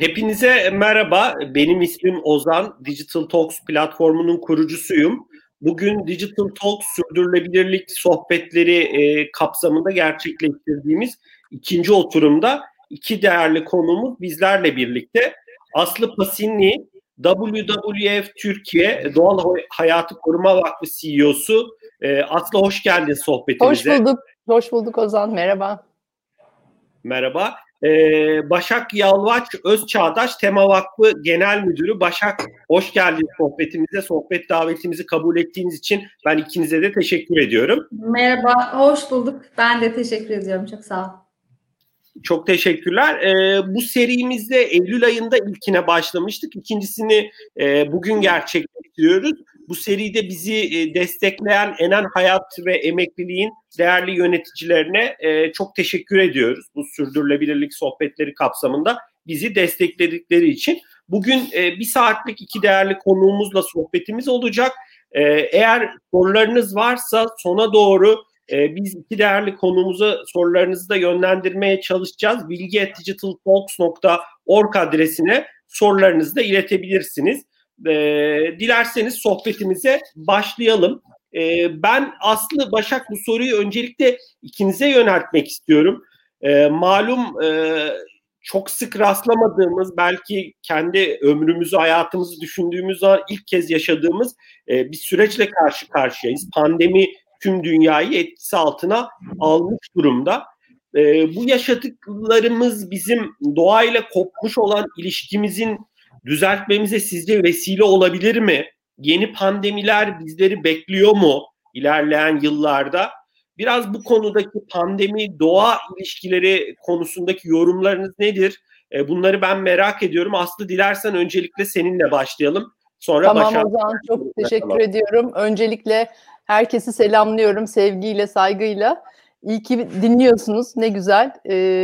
Hepinize merhaba. Benim ismim Ozan. Digital Talks platformunun kurucusuyum. Bugün Digital Talks sürdürülebilirlik sohbetleri kapsamında gerçekleştirdiğimiz ikinci oturumda iki değerli konuğumuz bizlerle birlikte. Aslı Pasinli, WWF Türkiye Doğal Hayatı Koruma Vakfı CEO'su. Aslı hoş geldin sohbetimize. Hoş bulduk Ozan. Merhaba. Merhaba. Başak Yalvaç Özçağdaş Tema Vakfı Genel Müdürü. Başak, hoş geldin sohbetimize. Sohbet davetimizi kabul ettiğiniz için ben ikinize de teşekkür ediyorum. Merhaba, hoş bulduk. Ben de teşekkür ediyorum. Çok sağ ol. Çok teşekkürler. Bu serimizde Eylül ayında ilkine başlamıştık. İkincisini bugün gerçekleştiriyoruz. Bu seride bizi destekleyen Enen Hayat ve Emekliliğin değerli yöneticilerine çok teşekkür ediyoruz. Bu sürdürülebilirlik sohbetleri kapsamında bizi destekledikleri için. Bugün bir saatlik iki değerli konuğumuzla sohbetimiz olacak. Eğer sorularınız varsa sona doğru biz iki değerli konuğumuza sorularınızı da yönlendirmeye çalışacağız. bilgi@digitaltalks.org adresine sorularınızı da iletebilirsiniz. Dilerseniz sohbetimize başlayalım. Ben Aslı, Başak, bu soruyu öncelikle ikinize yöneltmek istiyorum. Malum çok sık rastlamadığımız, belki kendi ömrümüzü, hayatımızı düşündüğümüz zaman ilk kez yaşadığımız bir süreçle karşı karşıyayız. Pandemi tüm dünyayı etkisi altına almış durumda. Bu yaşadıklarımız bizim doğayla kopmuş olan ilişkimizin düzeltmemize sizce vesile olabilir mi? Yeni pandemiler bizleri bekliyor mu ilerleyen yıllarda? Biraz bu konudaki pandemi doğa ilişkileri konusundaki yorumlarınız nedir? Bunları ben merak ediyorum. Aslı, dilersen öncelikle seninle başlayalım. Sonra tamam Ozan, çok teşekkür ediyorum. Öncelikle herkesi selamlıyorum sevgiyle, saygıyla. İyi ki dinliyorsunuz. Ne güzel.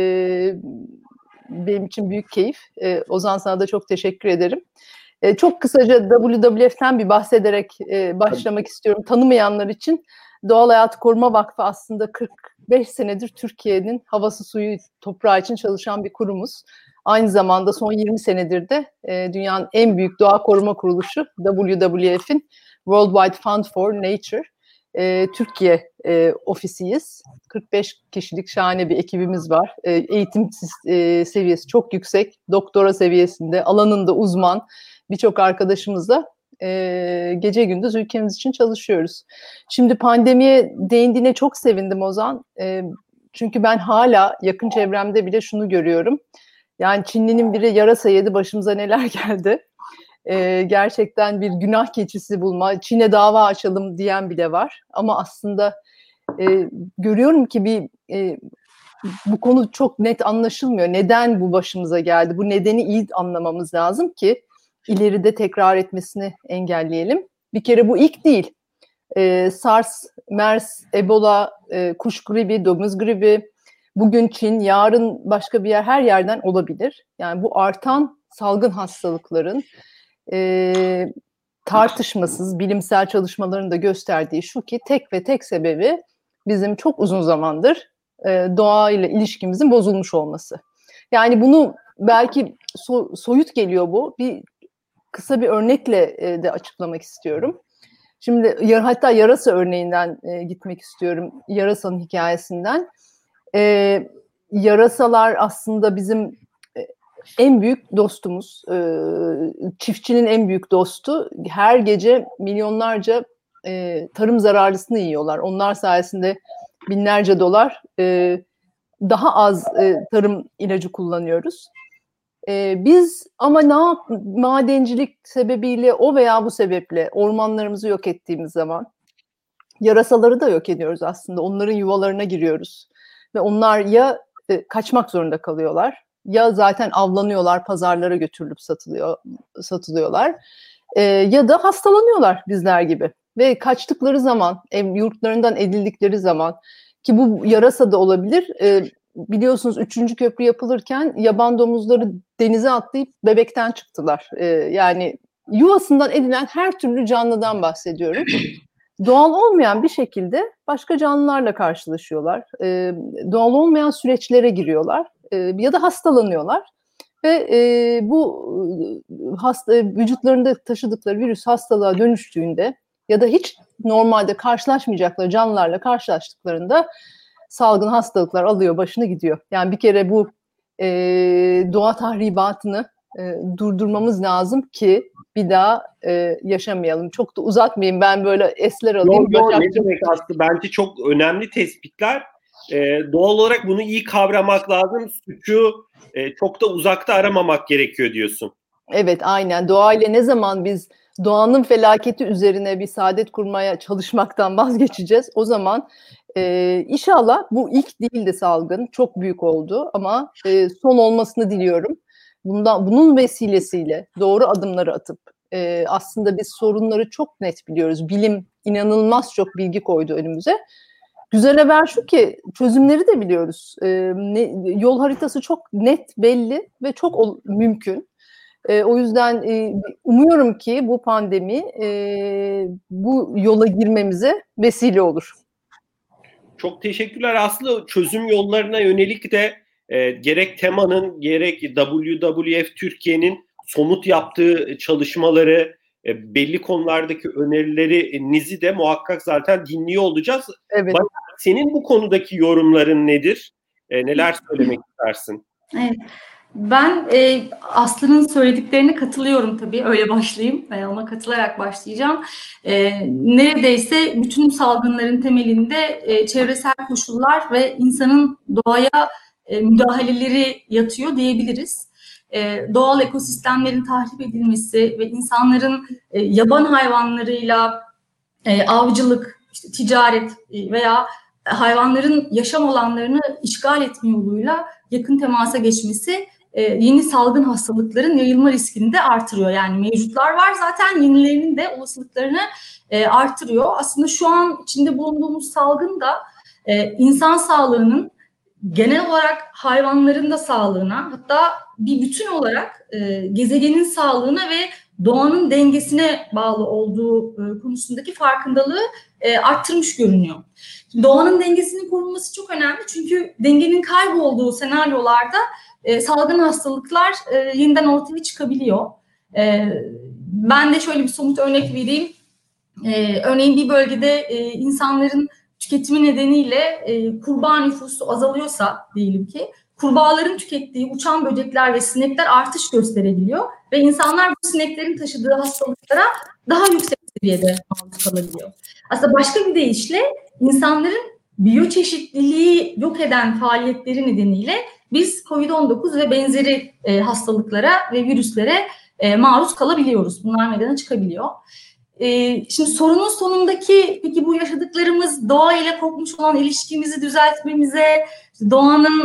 Benim için büyük keyif. Ozan, sana da çok teşekkür ederim. Çok kısaca WWF'ten bir bahsederek başlamak istiyorum. Tanımayanlar için Doğal Hayatı Koruma Vakfı aslında 45 senedir Türkiye'nin havası, suyu, toprağı için çalışan bir kurumuz. Aynı zamanda son 20 senedir de dünyanın en büyük doğa koruma kuruluşu WWF'in Worldwide Fund for Nature Türkiye ofisiyiz. 45 kişilik şahane bir ekibimiz var. Eğitim seviyesi çok yüksek. Doktora seviyesinde, alanında uzman birçok arkadaşımızla gece gündüz ülkemiz için çalışıyoruz. Şimdi pandemiye değindiğine çok sevindim Ozan. Çünkü ben hala yakın çevremde bile şunu görüyorum. Yani Çinli'nin biri yarasa yedi, başımıza neler geldi. Gerçekten bir günah keçisi bulma, Çin'e dava açalım diyen bile var. Ama aslında görüyorum ki bu konu çok net anlaşılmıyor. Neden bu başımıza geldi? Bu nedeni iyi anlamamız lazım ki ileride tekrar etmesini engelleyelim. Bir kere bu ilk değil. SARS, MERS, Ebola, kuş gribi, domuz gribi, bugün Çin, yarın başka bir yer, her yerden olabilir. Yani bu artan salgın hastalıkların tartışmasız bilimsel çalışmaların da gösterdiği şu ki tek sebebi bizim çok uzun zamandır doğayla ilişkimizin bozulmuş olması. Yani bunu belki soyut geliyor bu. Kısa bir örnekle de açıklamak istiyorum. Şimdi hatta yarasa örneğinden gitmek istiyorum. Yarasanın hikayesinden. Yarasalar aslında bizim en büyük dostumuz. Çiftçinin en büyük dostu. Her gece milyonlarca tarım zararlısını yiyorlar. Onlar sayesinde binlerce dolar daha az tarım ilacı kullanıyoruz. Biz ama madencilik sebebiyle, o veya bu sebeple ormanlarımızı yok ettiğimiz zaman yarasaları da yok ediyoruz aslında. Onların yuvalarına giriyoruz. Ve onlar ya kaçmak zorunda kalıyorlar, ya zaten avlanıyorlar, pazarlara götürülüp satılıyorlar. Ya da hastalanıyorlar bizler gibi. Ve kaçtıkları zaman, yurtlarından edildikleri zaman, ki bu yarasa da olabilir. Biliyorsunuz 3. köprü yapılırken yaban domuzları denize atlayıp bebekten çıktılar. Yani yuvasından edilen her türlü canlıdan bahsediyorum. Doğal olmayan bir şekilde başka canlılarla karşılaşıyorlar. Doğal olmayan süreçlere giriyorlar ya da hastalanıyorlar. ve bu vücutlarında taşıdıkları virüs hastalığa dönüştüğünde ya da hiç normalde karşılaşmayacakları canlılarla karşılaştıklarında salgın hastalıklar alıyor başını gidiyor. Yani bir kere bu doğa tahribatını durdurmamız lazım ki bir daha yaşamayalım. Çok da uzatmayayım, ben böyle esler alayım. Ne demek aslında, bence çok önemli tespitler. Doğal olarak bunu iyi kavramak lazım. Suçu çok da uzakta aramamak gerekiyor diyorsun. Evet, aynen. Doğayla ne zaman biz doğanın felaketi üzerine bir saadet kurmaya çalışmaktan vazgeçeceğiz, o zaman inşallah bu ilk değildi salgın. Çok büyük oldu ama son olmasını diliyorum. Bunun vesilesiyle doğru adımları atıp aslında biz sorunları çok net biliyoruz. Bilim inanılmaz çok bilgi koydu önümüze. Güzel haber şu ki çözümleri de biliyoruz. Yol haritası çok net, belli ve çok mümkün. O yüzden umuyorum ki bu pandemi bu yola girmemize vesile olur. Çok teşekkürler. Aslında çözüm yollarına yönelik de gerek temanın gerek WWF Türkiye'nin somut yaptığı çalışmaları, belli konulardaki önerilerinizi de muhakkak zaten dinliyor olacağız. Evet. Senin bu konudaki yorumların nedir? Neler söylemek istersin? Evet. Ben Aslı'nın söylediklerine katılıyorum tabii. Öyle başlayayım. Ona katılarak başlayacağım. Neredeyse bütün salgınların temelinde çevresel koşullar ve insanın doğaya müdahaleleri yatıyor diyebiliriz. Doğal ekosistemlerin tahrip edilmesi ve insanların yaban hayvanlarıyla avcılık, işte ticaret veya hayvanların yaşam alanlarını işgal etme yoluyla yakın temasa geçmesi yeni salgın hastalıkların yayılma riskini de artırıyor. Yani mevcutlar var zaten, yenilerinin de olasılıklarını artırıyor. Aslında şu an içinde bulunduğumuz salgın da insan sağlığının, genel olarak hayvanların da sağlığına, hatta bir bütün olarak gezegenin sağlığına ve doğanın dengesine bağlı olduğu konusundaki farkındalığı arttırmış görünüyor. Doğanın dengesinin korunması çok önemli, çünkü dengenin kaybolduğu senaryolarda salgın hastalıklar yeniden ortaya çıkabiliyor. Ben de şöyle bir somut örnek vereyim. Örneğin bir bölgede insanların tüketimi nedeniyle kurbağa nüfusu azalıyorsa diyelim ki, kurbağaların tükettiği uçan böcekler ve sinekler artış gösterebiliyor ve insanlar bu sineklerin taşıdığı hastalıklara daha yüksek seviyede maruz kalabiliyor. Aslında başka bir deyişle insanların biyoçeşitliliği yok eden faaliyetleri nedeniyle biz COVID-19 ve benzeri hastalıklara ve virüslere maruz kalabiliyoruz. Bunlar meydana çıkabiliyor. Şimdi sorunun sonundaki, peki bu yaşadıklarımız doğa ile kopmuş olan ilişkimizi düzeltmemize, doğanın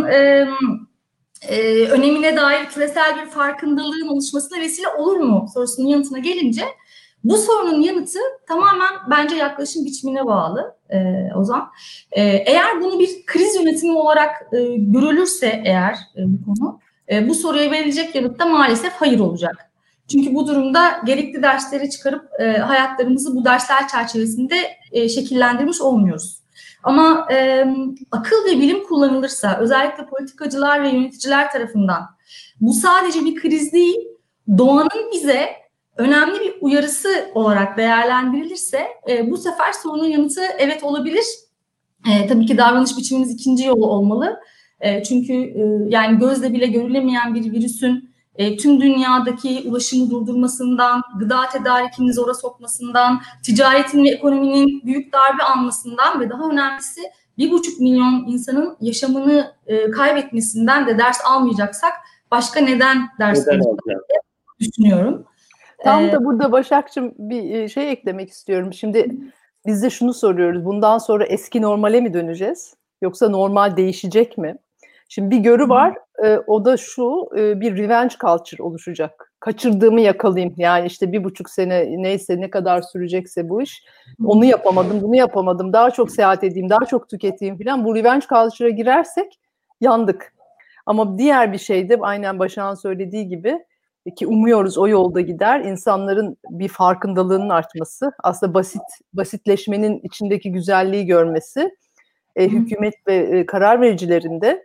önemine dair küresel bir farkındalığın oluşmasına vesile olur mu sorusunun yanıtına gelince, bu sorunun yanıtı tamamen bence yaklaşım biçimine bağlı Ozan. Eğer bunu bir kriz yönetimi olarak görülürse eğer bu konu, bu soruya verilecek yanıt da maalesef hayır olacak. Çünkü bu durumda gerekli dersleri çıkarıp hayatlarımızı bu dersler çerçevesinde şekillendirmiş olmuyoruz. Ama akıl ve bilim kullanılırsa, özellikle politikacılar ve yöneticiler tarafından, bu sadece bir kriz değil, doğanın bize önemli bir uyarısı olarak değerlendirilirse bu sefer sorunun yanıtı evet olabilir. Tabii ki davranış biçimimiz ikinci yolu olmalı. Çünkü yani gözle bile görülemeyen bir virüsün tüm dünyadaki ulaşımı durdurmasından, gıda tedarikini zora sokmasından, ticaretin ve ekonominin büyük darbe almasından ve daha önemlisi 1,5 milyon insanın yaşamını kaybetmesinden de ders almayacaksak başka neden ders alacağız düşünüyorum. Tam da burada Başak'cığım bir şey eklemek istiyorum. Şimdi biz de şunu soruyoruz. Bundan sonra eski normale mi döneceğiz? Yoksa normal değişecek mi? Şimdi bir görü var. O da şu, bir revenge culture oluşacak. Kaçırdığımı yakalayayım. Yani işte 1,5 sene neyse, ne kadar sürecekse bu iş. Onu yapamadım, bunu yapamadım. Daha çok seyahat edeyim, daha çok tüketeyim falan. Bu revenge culture'a girersek yandık. Ama diğer bir şey de aynen Başak'ın söylediği gibi, ki umuyoruz o yolda gider. İnsanların bir farkındalığının artması, aslında basitleşmenin içindeki güzelliği görmesi, hükümet ve karar vericilerinde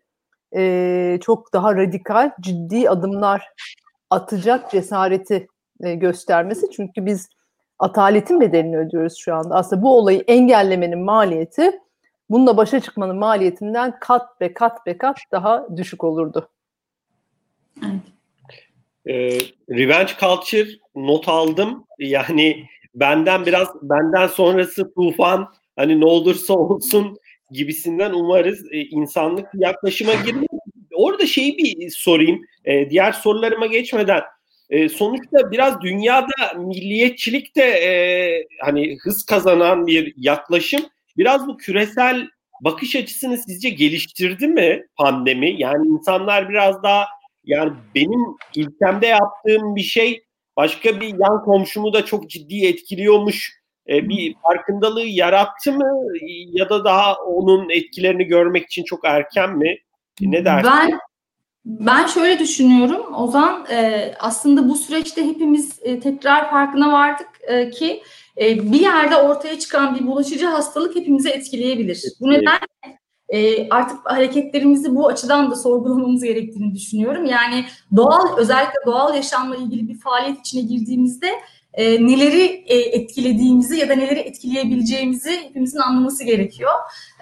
çok daha radikal, ciddi adımlar atacak cesareti göstermesi. Çünkü biz ataletin bedelini ödüyoruz şu anda. Aslında bu olayı engellemenin maliyeti, bununla başa çıkmanın maliyetinden kat be kat be kat daha düşük olurdu. Revenge culture not aldım. Yani benden sonrası tufan, hani ne olursa olsun gibisinden umarız insanlık yaklaşıma girmez. Orada şeyi bir sorayım. Diğer sorularıma geçmeden. Sonuçta biraz dünyada milliyetçilik de hani hız kazanan bir yaklaşım. Biraz bu küresel bakış açısını sizce geliştirdi mi pandemi? Yani insanlar biraz daha, yani benim ülkemde yaptığım bir şey başka bir yan komşumu da çok ciddi etkiliyormuş bir farkındalığı yarattı mı, ya da daha onun etkilerini görmek için çok erken mi? Ne dersin? Ben şöyle düşünüyorum Ozan, aslında bu süreçte hepimiz tekrar farkına vardık ki bir yerde ortaya çıkan bir bulaşıcı hastalık hepimizi etkileyebilir. Bu nedenle artık hareketlerimizi bu açıdan da sorgulamamız gerektiğini düşünüyorum. Yani özellikle doğal yaşamla ilgili bir faaliyet içine girdiğimizde neleri etkilediğimizi ya da neleri etkileyebileceğimizi hepimizin anlaması gerekiyor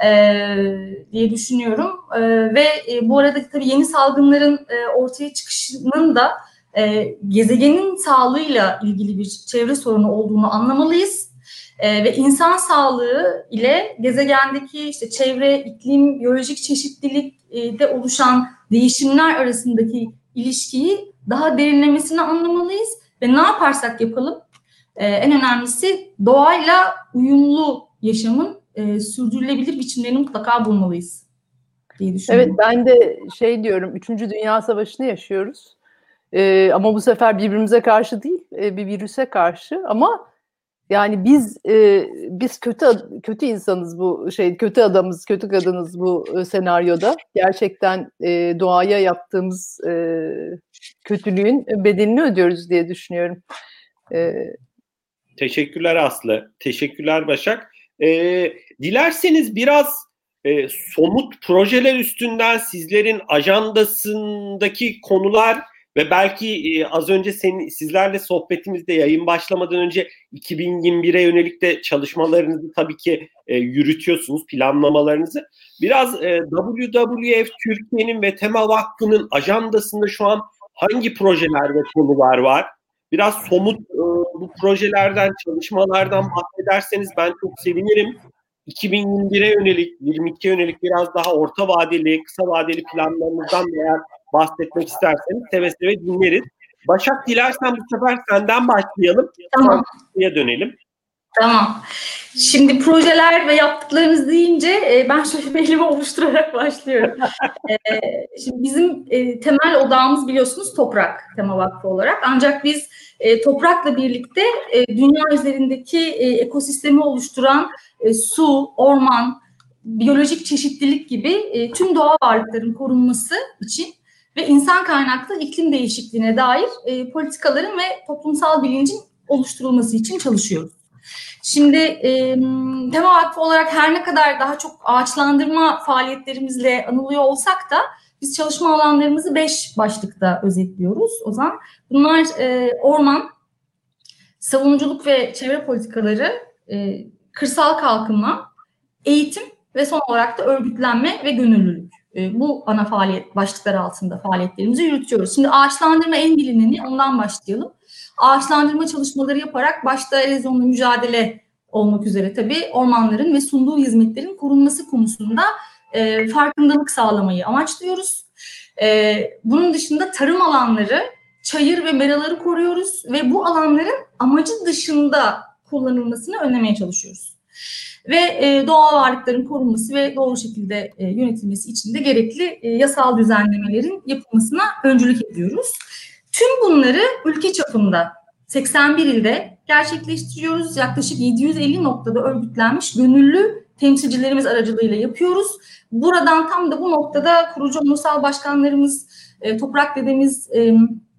diye düşünüyorum. Ve bu arada tabii yeni salgınların ortaya çıkışının da gezegenin sağlığıyla ilgili bir çevre sorunu olduğunu anlamalıyız. Ve insan sağlığı ile gezegendeki işte çevre, iklim, biyolojik çeşitlilikte oluşan değişimler arasındaki ilişkiyi daha derinlemesine anlamalıyız. Ve ne yaparsak yapalım, en önemlisi doğayla uyumlu yaşamın sürdürülebilir biçimlerini mutlaka bulmalıyız diye düşünüyorum. Evet, ben de diyorum, 3. Dünya Savaşı'nı yaşıyoruz. Ama bu sefer birbirimize karşı değil, bir virüse karşı. Ama yani biz kötü insanız, bu kötü adamız, kötü kadınız bu senaryoda. Gerçekten doğaya yaptığımız kötülüğün bedelini ödüyoruz diye düşünüyorum. Teşekkürler Aslı. Teşekkürler Başak. Dilerseniz biraz somut projeler üstünden sizlerin ajandasındaki konular ve belki az önce sizlerle sohbetimizde yayın başlamadan önce 2021'e yönelik de çalışmalarınızı tabii ki yürütüyorsunuz, planlamalarınızı. Biraz WWF Türkiye'nin ve Tema Vakfı'nın ajandasında şu an hangi projeler ve konular var? Biraz somut bu projelerden, çalışmalardan bahsederseniz ben çok sevinirim. 2021'e yönelik, 22'ye yönelik biraz daha orta vadeli, kısa vadeli planlarınızdan eğer bahsetmek isterseniz seve seve dinleriz. Başak, dilersen bu sefer senden başlayalım. Tamam. Sonra dönelim. Tamam. Şimdi projeler ve yaptıklarımız deyince ben şöyle bir elimi oluşturarak başlıyorum. Şimdi bizim temel odağımız biliyorsunuz toprak, Tema Vakfı olarak. Ancak biz toprakla birlikte dünya üzerindeki ekosistemi oluşturan su, orman, biyolojik çeşitlilik gibi tüm doğa varlıkların korunması için ve insan kaynaklı iklim değişikliğine dair politikaların ve toplumsal bilincin oluşturulması için çalışıyoruz. Şimdi Tema Vakfı olarak her ne kadar daha çok ağaçlandırma faaliyetlerimizle anılıyor olsak da biz çalışma alanlarımızı 5 başlıkta özetliyoruz Ozan. Bunlar orman, savunuculuk ve çevre politikaları, kırsal kalkınma, eğitim ve son olarak da örgütlenme ve gönüllülük. Bu ana faaliyet başlıkları altında faaliyetlerimizi yürütüyoruz. Şimdi ağaçlandırma en bilineni, ondan başlayalım. Ağaçlandırma çalışmaları yaparak başta erozyonla mücadele olmak üzere tabii ormanların ve sunduğu hizmetlerin korunması konusunda farkındalık sağlamayı amaçlıyoruz. Bunun dışında tarım alanları, çayır ve meraları koruyoruz ve bu alanların amacı dışında kullanılmasını önlemeye çalışıyoruz. Ve doğal varlıkların korunması ve doğru şekilde yönetilmesi için de gerekli yasal düzenlemelerin yapılmasına öncülük ediyoruz. Tüm bunları ülke çapında 81 ilde gerçekleştiriyoruz. Yaklaşık 750 noktada örgütlenmiş gönüllü temsilcilerimiz aracılığıyla yapıyoruz. Buradan tam da bu noktada kurucu onursal başkanlarımız, Toprak Dedemiz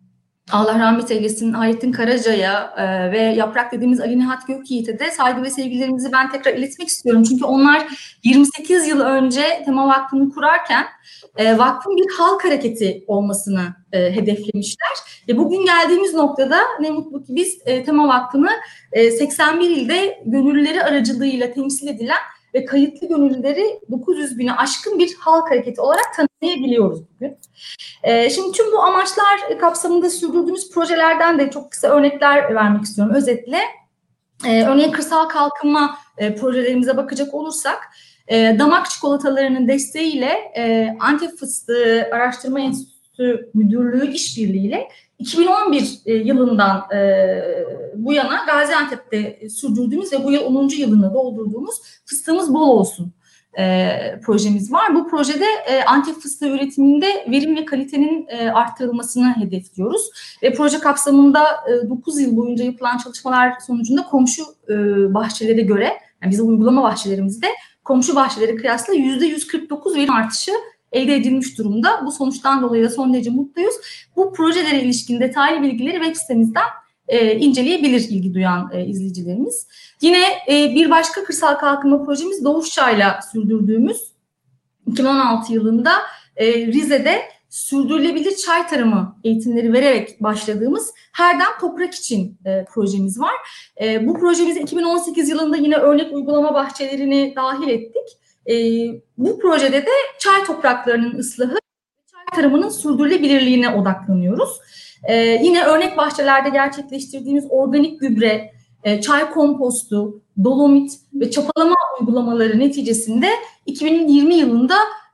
Allah rahmet eylesin Hayrettin Karaca'ya ve Yaprak dediğimiz Ali Nihat Gökyiğit'e de saygı ve sevgilerimizi ben tekrar iletmek istiyorum. Çünkü onlar 28 yıl önce Tema Vakfı'nı kurarken vakfın bir halk hareketi olmasını hedeflemişler. Ve bugün geldiğimiz noktada ne mutlu ki biz Tema Vakfı'nı 81 ilde gönüllüleri aracılığıyla temsil edilen ve kayıtlı gönüllüleri 900 bini aşkın bir halk hareketi olarak tanımlayabiliyoruz bugün. Şimdi tüm bu amaçlar kapsamında sürdürdüğümüz projelerden de çok kısa örnekler vermek istiyorum özetle. Örneğin kırsal kalkınma projelerimize bakacak olursak, damak çikolatalarının desteğiyle Antep Fıstığı Araştırma Enstitüsü Müdürlüğü işbirliğiyle 2011 yılından bu yana Gaziantep'te sürdürdüğümüz ve bu yıl 10. yılını doldurduğumuz Fıstığımız Bol Olsun projemiz var. Bu projede Antep fıstığı üretiminde verim ve kalitenin arttırılmasını hedefliyoruz. Ve proje kapsamında 9 yıl boyunca yapılan çalışmalar sonucunda komşu bahçelere göre, yani bizim uygulama bahçelerimizde komşu bahçelere kıyasla %149 verim artışı elde edilmiş durumda. Bu sonuçtan dolayı da son derece mutluyuz. Bu projelere ilişkin detaylı bilgileri web sitemizden inceleyebilir ilgi duyan izleyicilerimiz. Yine bir başka kırsal kalkınma projemiz Doğuşçay'la sürdürdüğümüz 2016 yılında Rize'de sürdürülebilir çay tarımı eğitimleri vererek başladığımız Herdem Toprak için projemiz var. Bu projemize 2018 yılında yine örnek uygulama bahçelerini dahil ettik. Bu projede de çay topraklarının ıslahı, çay tarımının sürdürülebilirliğine odaklanıyoruz. Yine örnek bahçelerde gerçekleştirdiğimiz organik gübre, çay kompostu, dolomit ve çapalama uygulamaları neticesinde 2020 yılında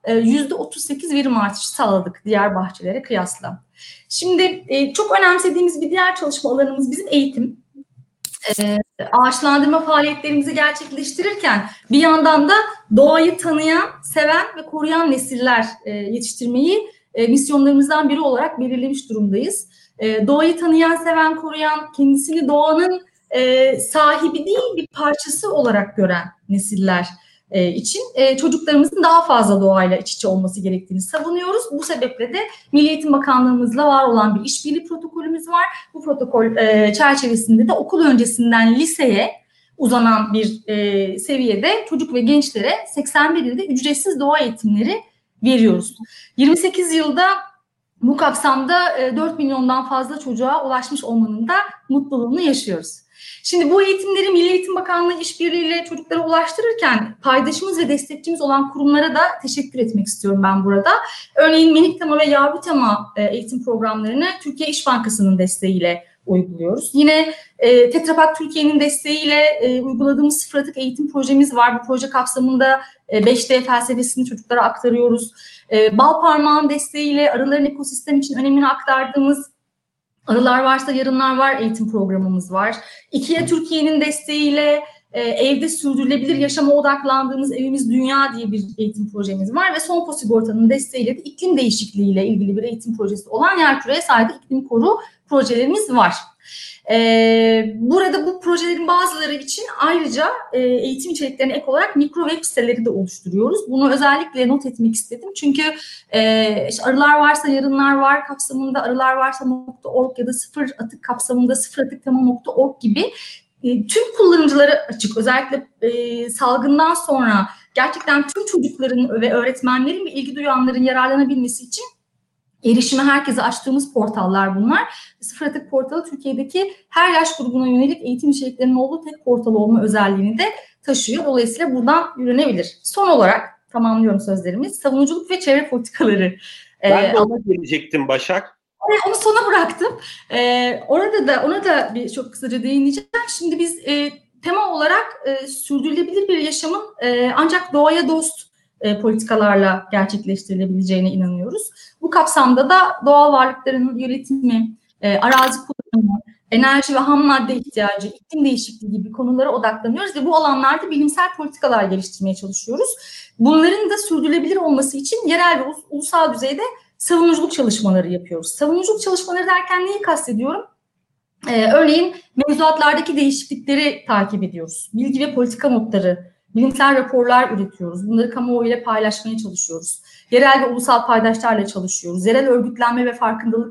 %38 verim artışı sağladık diğer bahçelere kıyasla. Şimdi çok önemsediğimiz bir diğer çalışma alanımız bizim eğitim. Ağaçlandırma faaliyetlerimizi gerçekleştirirken bir yandan da doğayı tanıyan, seven ve koruyan nesiller yetiştirmeyi misyonlarımızdan biri olarak belirlemiş durumdayız. Doğayı tanıyan, seven, koruyan, kendisini doğanın sahibi değil bir parçası olarak gören nesiller için çocuklarımızın daha fazla doğayla iç içe olması gerektiğini savunuyoruz. Bu sebeple de Milli Eğitim Bakanlığımızla var olan bir işbirliği protokolümüz var. Bu protokol çerçevesinde de okul öncesinden liseye uzanan bir seviyede çocuk ve gençlere 81 ilde ücretsiz doğa eğitimleri veriyoruz. 28 yılda bu kapsamda 4 milyondan fazla çocuğa ulaşmış olmanın da mutluluğunu yaşıyoruz. Şimdi bu eğitimleri Milli Eğitim Bakanlığı işbirliğiyle çocuklara ulaştırırken paydaşımız ve destekçimiz olan kurumlara da teşekkür etmek istiyorum ben burada. Örneğin Minik Tema ve Yavru Tema eğitim programlarını Türkiye İş Bankası'nın desteğiyle uyguluyoruz. Yine Tetra Pak Türkiye'nin desteğiyle uyguladığımız sıfır atık eğitim projemiz var. Bu proje kapsamında 5D felsefesini çocuklara aktarıyoruz. Bal Parmağın desteğiyle arıların ekosistem için önemini aktardığımız Arılar Varsa Yarınlar Var eğitim programımız var. IKEA Türkiye'nin desteğiyle evde sürdürülebilir yaşama odaklandığımız Evimiz Dünya diye bir eğitim projemiz var ve Sonpo Sigorta'nın desteğiyle de iklim değişikliğiyle ilgili bir eğitim projesi olan Yerküreye Saygı İklim Koru projelerimiz var. Burada bu projelerin bazıları için ayrıca eğitim içeriklerine ek olarak mikro web siteleri de oluşturuyoruz. Bunu özellikle not etmek istedim. Çünkü işte Arılar Varsa Yarınlar Var kapsamında arılarvarsa.org ya da sıfır atık kapsamında sıfıratıktema.org gibi tüm kullanıcılara açık. Özellikle salgından sonra gerçekten tüm çocukların ve öğretmenlerin ve ilgi duyanların yararlanabilmesi için erişime herkese açtığımız portallar bunlar. Sıfır Atık portalı Türkiye'deki her yaş grubuna yönelik eğitim içeriklerinin olduğu tek portal olma özelliğini de taşıyor. Dolayısıyla buradan yürünebilir. Son olarak tamamlıyorum sözlerimiz. Savunuculuk ve çevre politikaları. Ben de ona gelecektim Başak. Onu sona bıraktım. Ona da bir çok kısaca değineceğim. Şimdi biz tema olarak sürdürülebilir bir yaşamın ancak doğaya dost politikalarla gerçekleştirilebileceğine inanıyoruz. Bu kapsamda da doğal varlıkların yönetimi, arazi kullanımı, enerji ve ham madde ihtiyacı, iklim değişikliği gibi konulara odaklanıyoruz ve bu alanlarda bilimsel politikalar geliştirmeye çalışıyoruz. Bunların da sürdürülebilir olması için yerel ve ulusal düzeyde savunuculuk çalışmaları yapıyoruz. Savunuculuk çalışmaları derken neyi kastediyorum? Örneğin mevzuatlardaki değişiklikleri takip ediyoruz. Bilgi ve politika notları, bilimsel raporlar üretiyoruz. Bunları kamuoyuyla paylaşmaya çalışıyoruz. Yerel ve ulusal paydaşlarla çalışıyoruz. Yerel örgütlenme ve farkındalık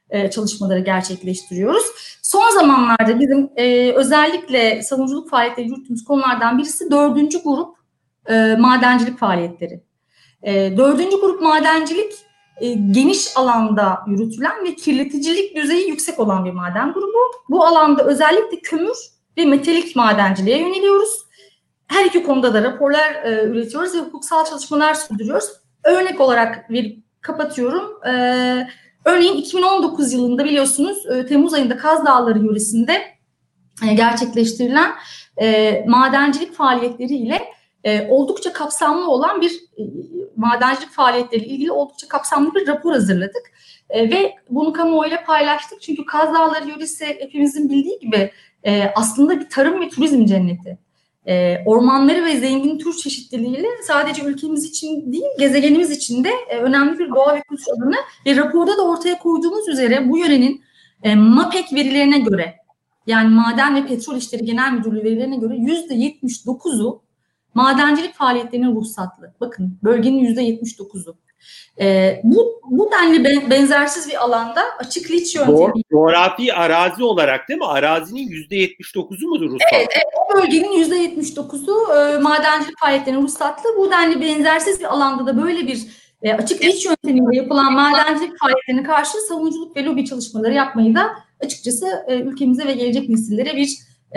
çalışmaları gerçekleştiriyoruz. Son zamanlarda bizim özellikle savunuculuk faaliyetleri yürüttüğümüz konulardan birisi 4. grup madencilik faaliyetleri. 4. grup madencilik geniş alanda yürütülen ve kirleticilik düzeyi yüksek olan bir maden grubu. Bu alanda özellikle kömür ve metalik madenciliğe yöneliyoruz. Her iki konuda da raporlar üretiyoruz ve hukuksal çalışmalar sürdürüyoruz. Örnek olarak verip kapatıyorum. Örneğin 2019 yılında biliyorsunuz Temmuz ayında Kaz Dağları yöresinde gerçekleştirilen madencilik faaliyetleriyle oldukça kapsamlı olan bir madencilik faaliyetleriyle ilgili oldukça kapsamlı bir rapor hazırladık. Ve bunu kamuoyuyla paylaştık. Çünkü Kaz Dağları yöresi hepimizin bildiği gibi aslında bir tarım ve turizm cenneti. Ormanları ve zengin tür çeşitliliğiyle sadece ülkemiz için değil, gezegenimiz için de önemli bir doğa ve kültür alanı ve raporda da ortaya koyduğumuz üzere bu yörenin MAPEK verilerine göre, yani Maden ve Petrol İşleri Genel Müdürlüğü verilerine göre %79'u madencilik faaliyetlerinin ruhsatlı. Bakın, bölgenin %79'u. Bu denli benzersiz bir alanda açık liç yöntemi. Coğrafi arazi olarak değil mi? Arazinin %79'u mudur ruhsatlı? Evet, o bölgenin %79'u madencilik faaliyetlerinin ruhsatlı. Bu denli benzersiz bir alanda da böyle bir açık liç yöntemiyle yapılan madencilik faaliyetlerine karşı savunuculuk ve lobi çalışmaları yapmayı da açıkçası ülkemize ve gelecek nesillere bir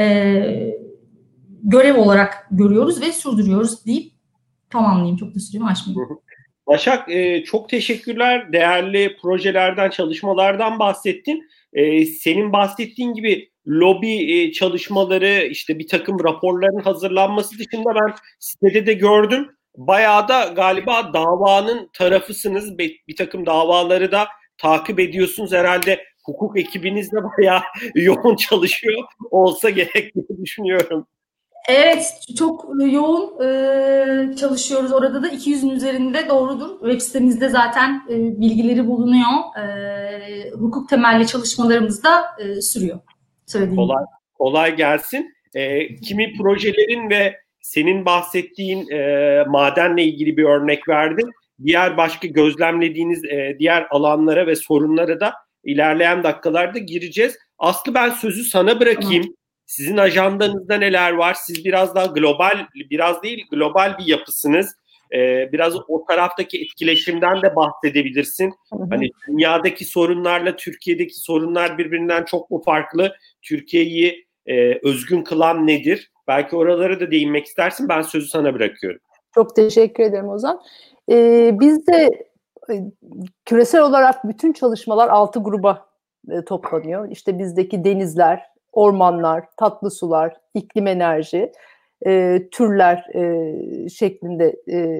görev olarak görüyoruz ve sürdürüyoruz deyip tamamlayayım. Çok da süremi aşmayayım. Başak, çok teşekkürler. Değerli projelerden, çalışmalardan bahsettin. Senin bahsettiğin gibi lobi çalışmaları, işte bir takım raporların hazırlanması dışında ben sitede de gördüm. Bayağı da galiba davanın tarafısınız. Bir takım davaları da takip ediyorsunuz. Herhalde hukuk ekibiniz de bayağı yoğun çalışıyor olsa gerek diye düşünüyorum. Evet, çok yoğun çalışıyoruz. Orada da 200'ün üzerinde, doğrudur. Web sitemizde zaten bilgileri bulunuyor. Hukuk temelli çalışmalarımız da sürüyor. Kolay gelsin. Kimi projelerin ve senin bahsettiğin madenle ilgili bir örnek verdin. Diğer başka gözlemlediğiniz diğer alanlara ve sorunlara da ilerleyen dakikalarda gireceğiz. Aslı, ben sözü sana bırakayım. Tamam. Sizin ajandanızda neler var? Siz biraz daha global bir yapısınız. Biraz o taraftaki etkileşimden de bahsedebilirsin. Hani dünyadaki sorunlarla Türkiye'deki sorunlar birbirinden çok mu farklı? Türkiye'yi özgün kılan nedir? Belki oralara da değinmek istersin. Ben sözü sana bırakıyorum. Çok teşekkür ederim Ozan. Biz de küresel olarak bütün çalışmalar 6 gruba toplanıyor. İşte bizdeki denizler, ormanlar, tatlı sular, iklim enerji, türler şeklinde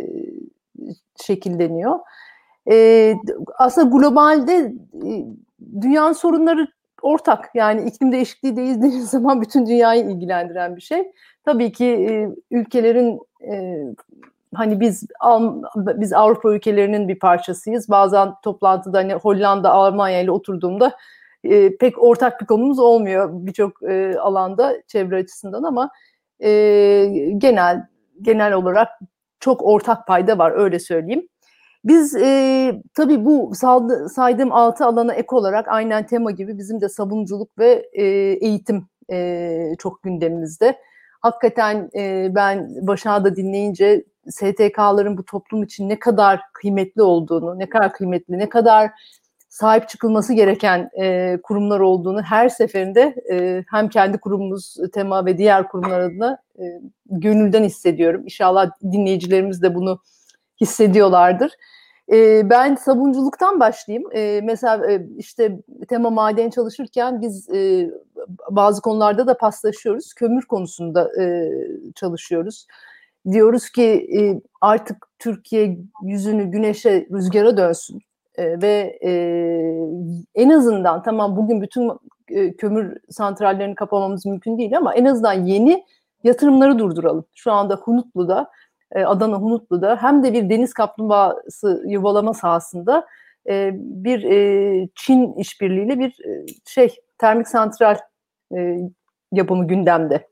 şekilleniyor. Aslında globalde dünyanın sorunları ortak. Yani iklim değişikliği dediğiniz zaman bütün dünyayı ilgilendiren bir şey. Tabii ki ülkelerin hani biz Avrupa ülkelerinin bir parçasıyız. Bazen toplantıda hani Hollanda, Almanya ile oturduğumda pek ortak bir konumuz olmuyor birçok alanda çevre açısından, ama genel olarak çok ortak payda var, öyle söyleyeyim. Biz tabii bu saydığım 6 alana ek olarak aynen tema gibi bizim de savunuculuk ve eğitim çok gündemimizde. Hakikaten ben Başak'ı da dinleyince STK'ların bu toplum için ne kadar kıymetli olduğunu, ne kadar sahip çıkılması gereken kurumlar olduğunu her seferinde hem kendi kurumumuz Tema ve diğer kurumlar adına gönülden hissediyorum. İnşallah dinleyicilerimiz de bunu hissediyorlardır. Ben savunuculuktan başlayayım. Mesela işte Tema Maden çalışırken biz bazı konularda da paslaşıyoruz. Kömür konusunda çalışıyoruz. Diyoruz ki artık Türkiye yüzünü güneşe, rüzgara dönsün. Ve en azından tamam, bugün bütün kömür santrallerini kapamamız mümkün değil, ama en azından yeni yatırımları durduralım. Şu anda Hunutlu'da, Adana Hunutlu'da hem de bir deniz kaplumbağası yuvalama sahasında bir Çin işbirliğiyle bir termik santral yapımı gündemde.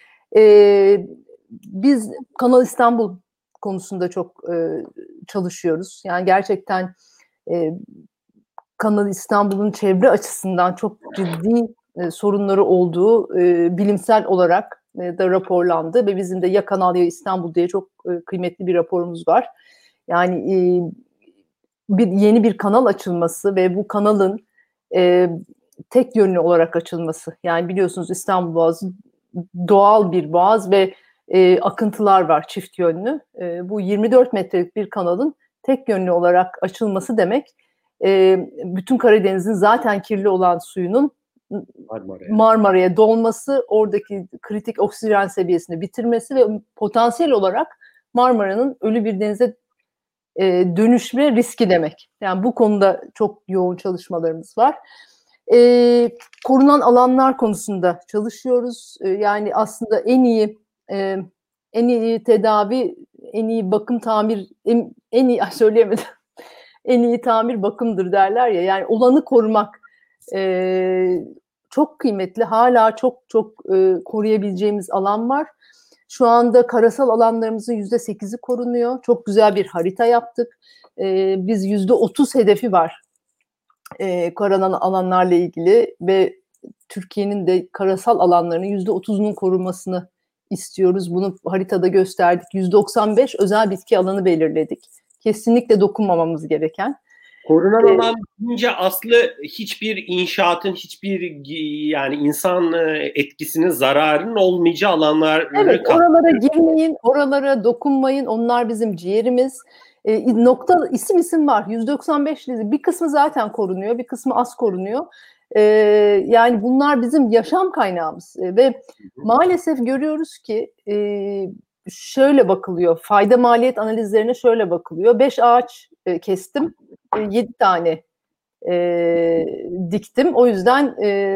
Biz Kanal İstanbul konusunda çok çalışıyoruz. Yani gerçekten Kanal İstanbul'un çevre açısından çok ciddi sorunları olduğu bilimsel olarak da raporlandı ve bizim de Ya Kanal Ya İstanbul diye çok kıymetli bir raporumuz var. Yani yeni bir kanal açılması ve bu kanalın tek yönlü olarak açılması. Yani biliyorsunuz İstanbul Boğazı doğal bir boğaz ve akıntılar var çift yönlü. Bu 24 metrelik bir kanalın tek yönlü olarak açılması demek bütün Karadeniz'in zaten kirli olan suyunun Marmara'ya dolması, oradaki kritik oksijen seviyesini bitirmesi ve potansiyel olarak Marmara'nın ölü bir denize dönüşme riski demek. Yani bu konuda çok yoğun çalışmalarımız var. Korunan alanlar konusunda çalışıyoruz. Yani aslında en iyi tedavi, en iyi bakım tamir, en iyi söyleyemedim. En iyi tamir bakımdır derler ya. Yani olanı korumak çok kıymetli. Hala çok koruyabileceğimiz alan var. Şu anda karasal alanlarımızın %8'i korunuyor. Çok güzel bir harita yaptık. Biz %30 hedefi var korunan alanlarla ilgili ve Türkiye'nin de karasal alanlarının %30'unun korunmasını istiyoruz. Bunu haritada gösterdik. %95 özel bitki alanı belirledik. Kesinlikle dokunmamamız gereken. Korunan alan deyince aslı hiçbir inşaatın, hiçbir yani insan etkisinin, zararının olmayacağı alanlar. Evet, oralara girmeyin, oralara dokunmayın. Onlar bizim ciğerimiz. Nokta isim var. 195 bir kısmı zaten korunuyor, bir kısmı az korunuyor. Yani bunlar bizim yaşam kaynağımız ve maalesef görüyoruz ki şöyle bakılıyor. Fayda maliyet analizlerine şöyle bakılıyor. 5 ağaç kestim, 7 tane diktim. O yüzden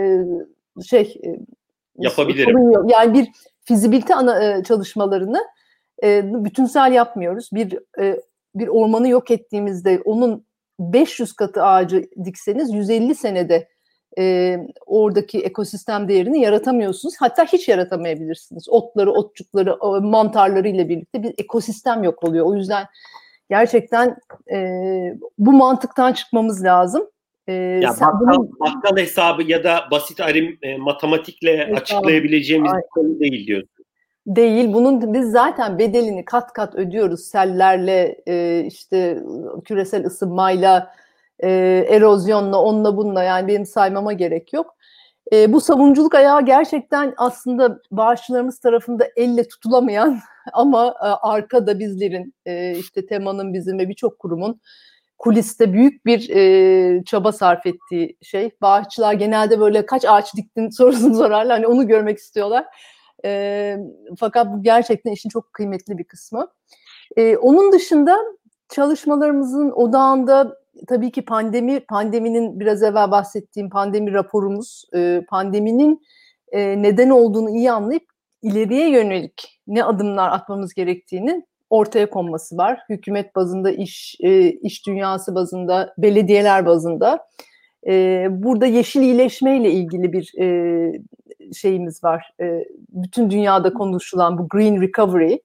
yapabilirim. Yani bir fizibilite çalışmalarını bütünsel yapmıyoruz. Bir ormanı yok ettiğimizde onun 500 katı ağacı dikseniz 150 senede oradaki ekosistem değerini yaratamıyorsunuz. Hatta hiç yaratamayabilirsiniz. Otları, otçukları, mantarları ile birlikte bir ekosistem yok oluyor. O yüzden gerçekten bu mantıktan çıkmamız lazım. Ya bakkal hesabı ya da basit matematikle açıklayabileceğimiz bir konu değil diyorsun. Değil. Bunun biz zaten bedelini kat kat ödüyoruz. Sellerle, işte küresel ısınmayla, erozyonla, onunla bununla, yani benim saymama gerek yok. Bu savunuculuk ayağı gerçekten aslında bağışçılarımız tarafında elle tutulamayan ama arkada bizlerin, işte Tema'nın, bizim ve birçok kurumun kuliste büyük bir çaba sarf ettiği şey. Bağışçılar genelde böyle kaç ağaç diktin sorusunu sorarlar. Hani onu görmek istiyorlar. Fakat bu gerçekten işin çok kıymetli bir kısmı. Onun dışında çalışmalarımızın odağında tabii ki pandeminin biraz evvel bahsettiğim pandemi raporumuz, pandeminin neden olduğunu iyi anlayıp ileriye yönelik ne adımlar atmamız gerektiğini ortaya konması var. Hükümet bazında, iş dünyası bazında, belediyeler bazında. Burada yeşil iyileşmeyle ilgili bir şeyimiz var. Bütün dünyada konuşulan bu Green Recovery,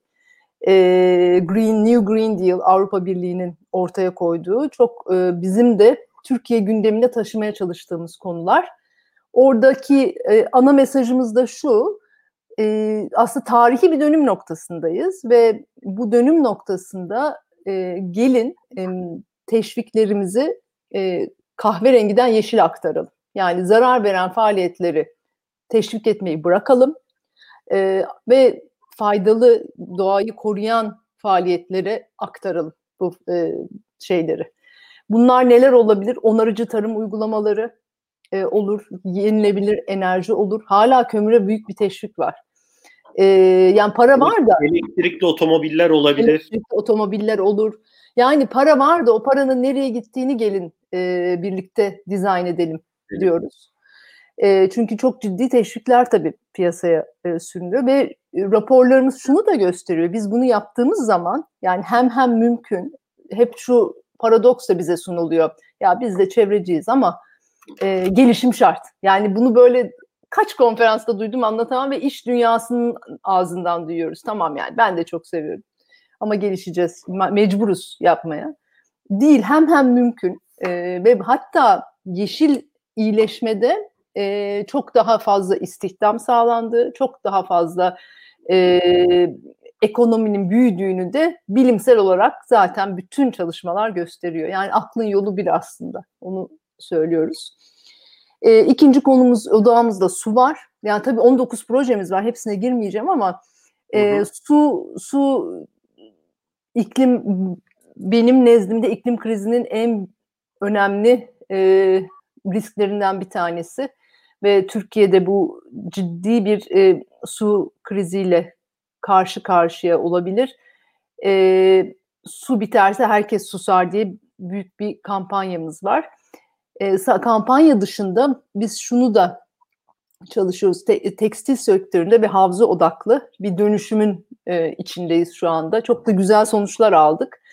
New Green Deal, Avrupa Birliği'nin ortaya koyduğu çok bizim de Türkiye gündemine taşımaya çalıştığımız konular. Oradaki ana mesajımız da şu: aslında tarihi bir dönüm noktasındayız ve bu dönüm noktasında gelin teşviklerimizi kahverengiden yeşile aktaralım. Yani zarar veren faaliyetleri teşvik etmeyi bırakalım ve faydalı, doğayı koruyan faaliyetlere aktaralım bu şeyleri. Bunlar neler olabilir? Onarıcı tarım uygulamaları olur, yenilebilir enerji olur. Hala kömüre büyük bir teşvik var. Yani para var da. Elektrikli otomobiller olabilir. Elektrikli otomobiller olur. Yani para var da o paranın nereye gittiğini gelin birlikte dizayn edelim diyoruz. Çünkü çok ciddi teşvikler tabii piyasaya sürülüyor ve raporlarımız şunu da gösteriyor. Biz bunu yaptığımız zaman yani hem mümkün, hep şu paradoks da bize sunuluyor. Ya biz de çevreciyiz ama gelişim şart. Yani bunu böyle kaç konferansta duydum, anlatamam ve iş dünyasının ağzından duyuyoruz. Tamam, yani ben de çok seviyorum. Ama gelişeceğiz, mecburuz yapmaya. Değil, hem mümkün ve hatta yeşil iyileşmede çok daha fazla istihdam sağlandı, çok daha fazla ekonominin büyüdüğünü de bilimsel olarak zaten bütün çalışmalar gösteriyor. Yani aklın yolu bir aslında, onu söylüyoruz. İkinci konumuz, odağımızda su var. Yani tabii 19 projemiz var, hepsine girmeyeceğim ama su iklim, benim nezdimde iklim krizinin en önemli risklerinden bir tanesi ve Türkiye'de bu ciddi bir su kriziyle karşı karşıya olabilir. Su biterse herkes susar diye büyük bir kampanyamız var. Kampanya dışında biz şunu da çalışıyoruz. Tekstil sektöründe ve havza odaklı bir dönüşümün içindeyiz şu anda. Çok da güzel sonuçlar aldık.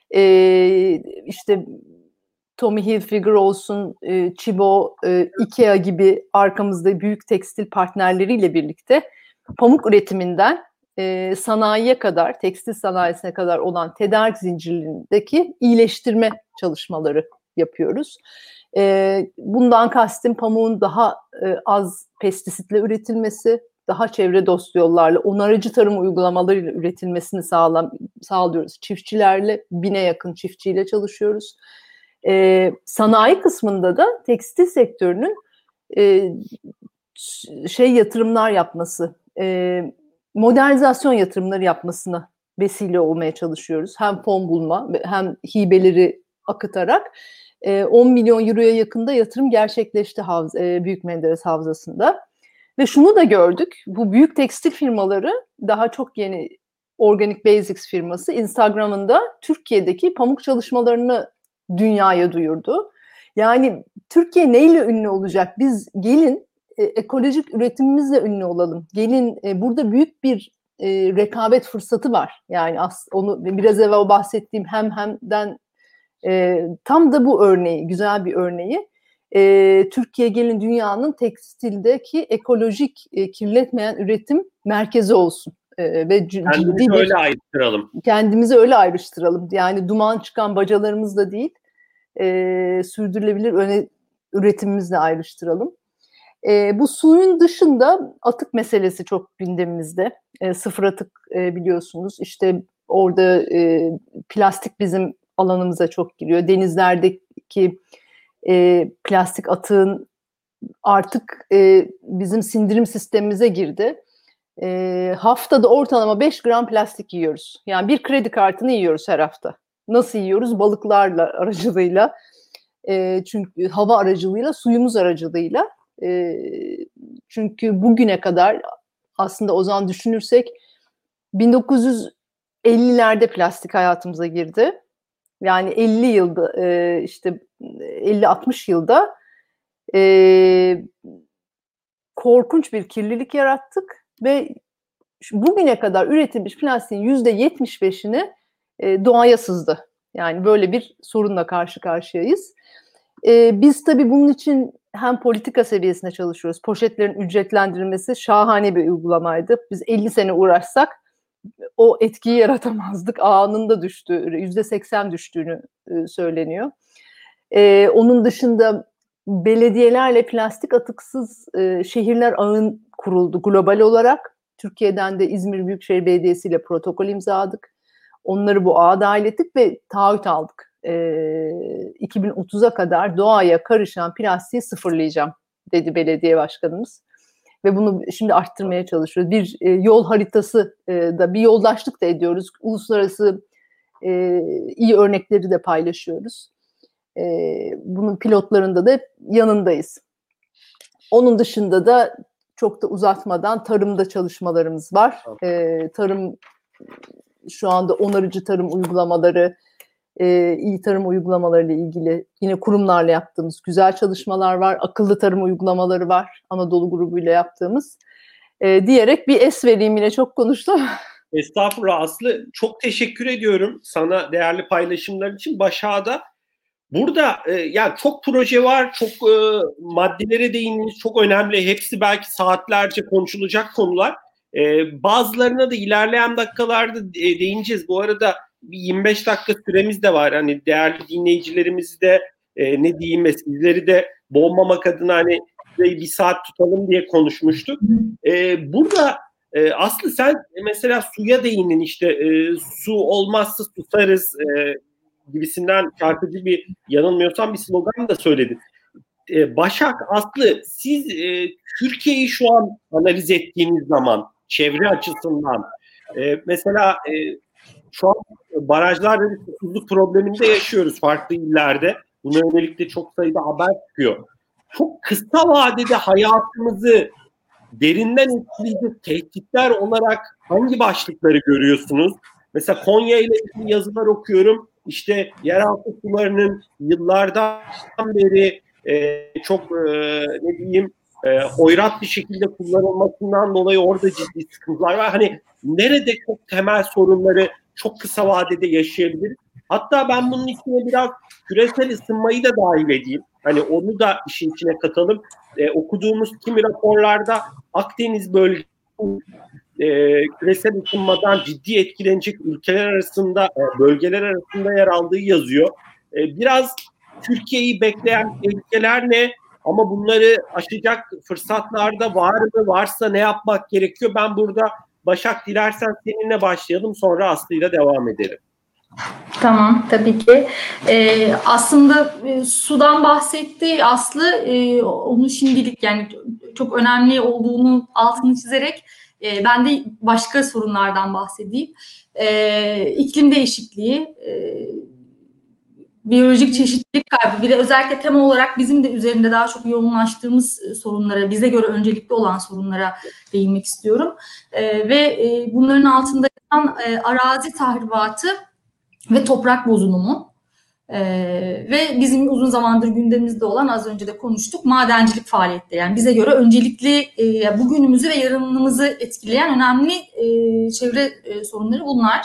İşte Tommy Hilfiger olsun, Chibo, Ikea gibi arkamızda büyük tekstil partnerleriyle birlikte pamuk üretiminden sanayiye kadar, tekstil sanayisine kadar olan tedarik zincirindeki iyileştirme çalışmaları yapıyoruz. Bundan kastım pamuğun daha az pestisitle üretilmesi, daha çevre dostu yollarla, onarıcı tarım uygulamalarıyla üretilmesini sağlıyoruz. Çiftçilerle, 1000'e yakın çiftçiyle çalışıyoruz. Sanayi kısmında da tekstil sektörünün yatırımlar yapması, modernizasyon yatırımları yapmasına vesile olmaya çalışıyoruz. Hem fon bulma hem hibeleri akıtarak 10 milyon euroya yakında yatırım gerçekleşti Büyük Menderes Havzası'nda. Ve şunu da gördük, bu büyük tekstil firmaları, daha çok yeni Organic Basics firması Instagram'ında Türkiye'deki pamuk çalışmalarını dünyaya duyurdu. Yani Türkiye neyle ünlü olacak? Biz gelin ekolojik üretimimizle ünlü olalım. Gelin burada büyük bir rekabet fırsatı var. Yani onu biraz evvel bahsettiğim hemden tam da bu örneği, güzel bir örneği. Türkiye gelin dünyanın tekstildeki ekolojik kirletmeyen üretim merkezi olsun. Ve kendimizi öyle ayrıştıralım. Kendimizi öyle ayrıştıralım. Yani duman çıkan bacalarımızla değil, sürdürülebilir üretimimizle ayrıştıralım. Bu suyun dışında atık meselesi çok gündemimizde. Sıfır atık biliyorsunuz. İşte orada plastik bizim alanımıza çok giriyor. Denizlerdeki plastik atığın artık bizim sindirim sistemimize girdi. Haftada ortalama 5 gram plastik yiyoruz. Yani bir kredi kartını yiyoruz her hafta. Nasıl yiyoruz? Balıklarla aracılığıyla, çünkü hava aracılığıyla, suyumuz aracılığıyla. Çünkü bugüne kadar aslında o zaman düşünürsek 1950'lerde plastik hayatımıza girdi. Yani 50 yılda işte 50-60 yılda korkunç bir kirlilik yarattık ve bugüne kadar üretilmiş plastiğin %75'ini doğaya sızdı. Yani böyle bir sorunla karşı karşıyayız. Biz tabii bunun için hem politika seviyesinde çalışıyoruz. Poşetlerin ücretlendirilmesi şahane bir uygulamaydı. Biz 50 sene uğraşsak o etkiyi yaratamazdık. Anında düştü, %80 düştüğünü söyleniyor. Onun dışında belediyelerle plastik atıksız şehirler ağın kuruldu global olarak. Türkiye'den de İzmir Büyükşehir Belediyesi ile protokol imzaladık. Onları bu ağa dahil ettik ve taahhüt aldık. 2030'a kadar doğaya karışan plastiği sıfırlayacağım dedi belediye başkanımız. Ve bunu şimdi arttırmaya çalışıyoruz. Bir yol haritası da, bir yoldaşlık da ediyoruz. Uluslararası iyi örnekleri de paylaşıyoruz. Bunun pilotlarında da yanındayız. Onun dışında da çok da uzatmadan tarımda çalışmalarımız var. Tarım şu anda onarıcı tarım uygulamaları, iyi tarım uygulamaları ile ilgili yine kurumlarla yaptığımız güzel çalışmalar var. Akıllı tarım uygulamaları var. Anadolu grubuyla yaptığımız. Diyerek bir es vereyim, yine çok konuştum. Estağfurullah Aslı. Çok teşekkür ediyorum sana değerli paylaşımlar için. Başak'da burada yani çok proje var, çok maddelere değindiniz, çok önemli. Hepsi belki saatlerce konuşulacak konular. Bazılarına da ilerleyen dakikalarda değineceğiz. Bu arada bir 25 dakika süremiz de var. Hani değerli dinleyicilerimizi de ne diyeyim, sizleri de boğmamak adına hani bir saat tutalım diye konuşmuştuk. Burada Aslı sen mesela suya değindin, işte su olmazsa susarız gibisinden şarkıcı bir, yanılmıyorsam bir slogan da söyledin. Başak, Aslı, siz Türkiye'yi şu an analiz ettiğiniz zaman çevre açısından mesela şu an barajlar ve susuzluk probleminde yaşıyoruz farklı illerde. Buna yönelik de çok sayıda haber çıkıyor. Çok kısa vadede hayatımızı derinden etkileyecek tehditler olarak hangi başlıkları görüyorsunuz? Mesela Konya ile ilgili yazılar okuyorum. İşte yeraltı sularının yıllardan beri çok ne diyeyim hoyrat bir şekilde kullanılmasından dolayı orada ciddi sıkıntılar var. Hani nerede çok temel sorunları çok kısa vadede yaşayabiliriz? Hatta ben bunun içine biraz küresel ısınmayı da dahil edeyim. Hani onu da işin içine katalım. Okuduğumuz kimi raporlarda Akdeniz bölgesi küresel ısınmadan ciddi etkilenecek ülkeler arasında, bölgeler arasında yer aldığı yazıyor. Biraz Türkiye'yi bekleyen tehlikeler ne? Ama bunları aşacak fırsatlar da var mı? Varsa ne yapmak gerekiyor? Ben burada, Başak, dilersen seninle başlayalım, sonra Aslı'yla devam edelim. Tamam, tabii ki. Aslında sudan bahsetti Aslı. Onun şimdilik yani çok önemli olduğunu altını çizerek ben de başka sorunlardan bahsedeyim. İklim değişikliği, biyolojik çeşitlilik kaybı, bir de özellikle tema olarak bizim de üzerinde daha çok yoğunlaştığımız sorunlara, bize göre öncelikli olan sorunlara değinmek istiyorum. Ve bunların altında yatan arazi tahribatı ve toprak bozulumu ve bizim uzun zamandır gündemimizde olan, az önce de konuştuk, madencilik faaliyetleri. Yani bize göre öncelikli bugünümüzü ve yarınımızı etkileyen önemli çevre sorunları bunlar.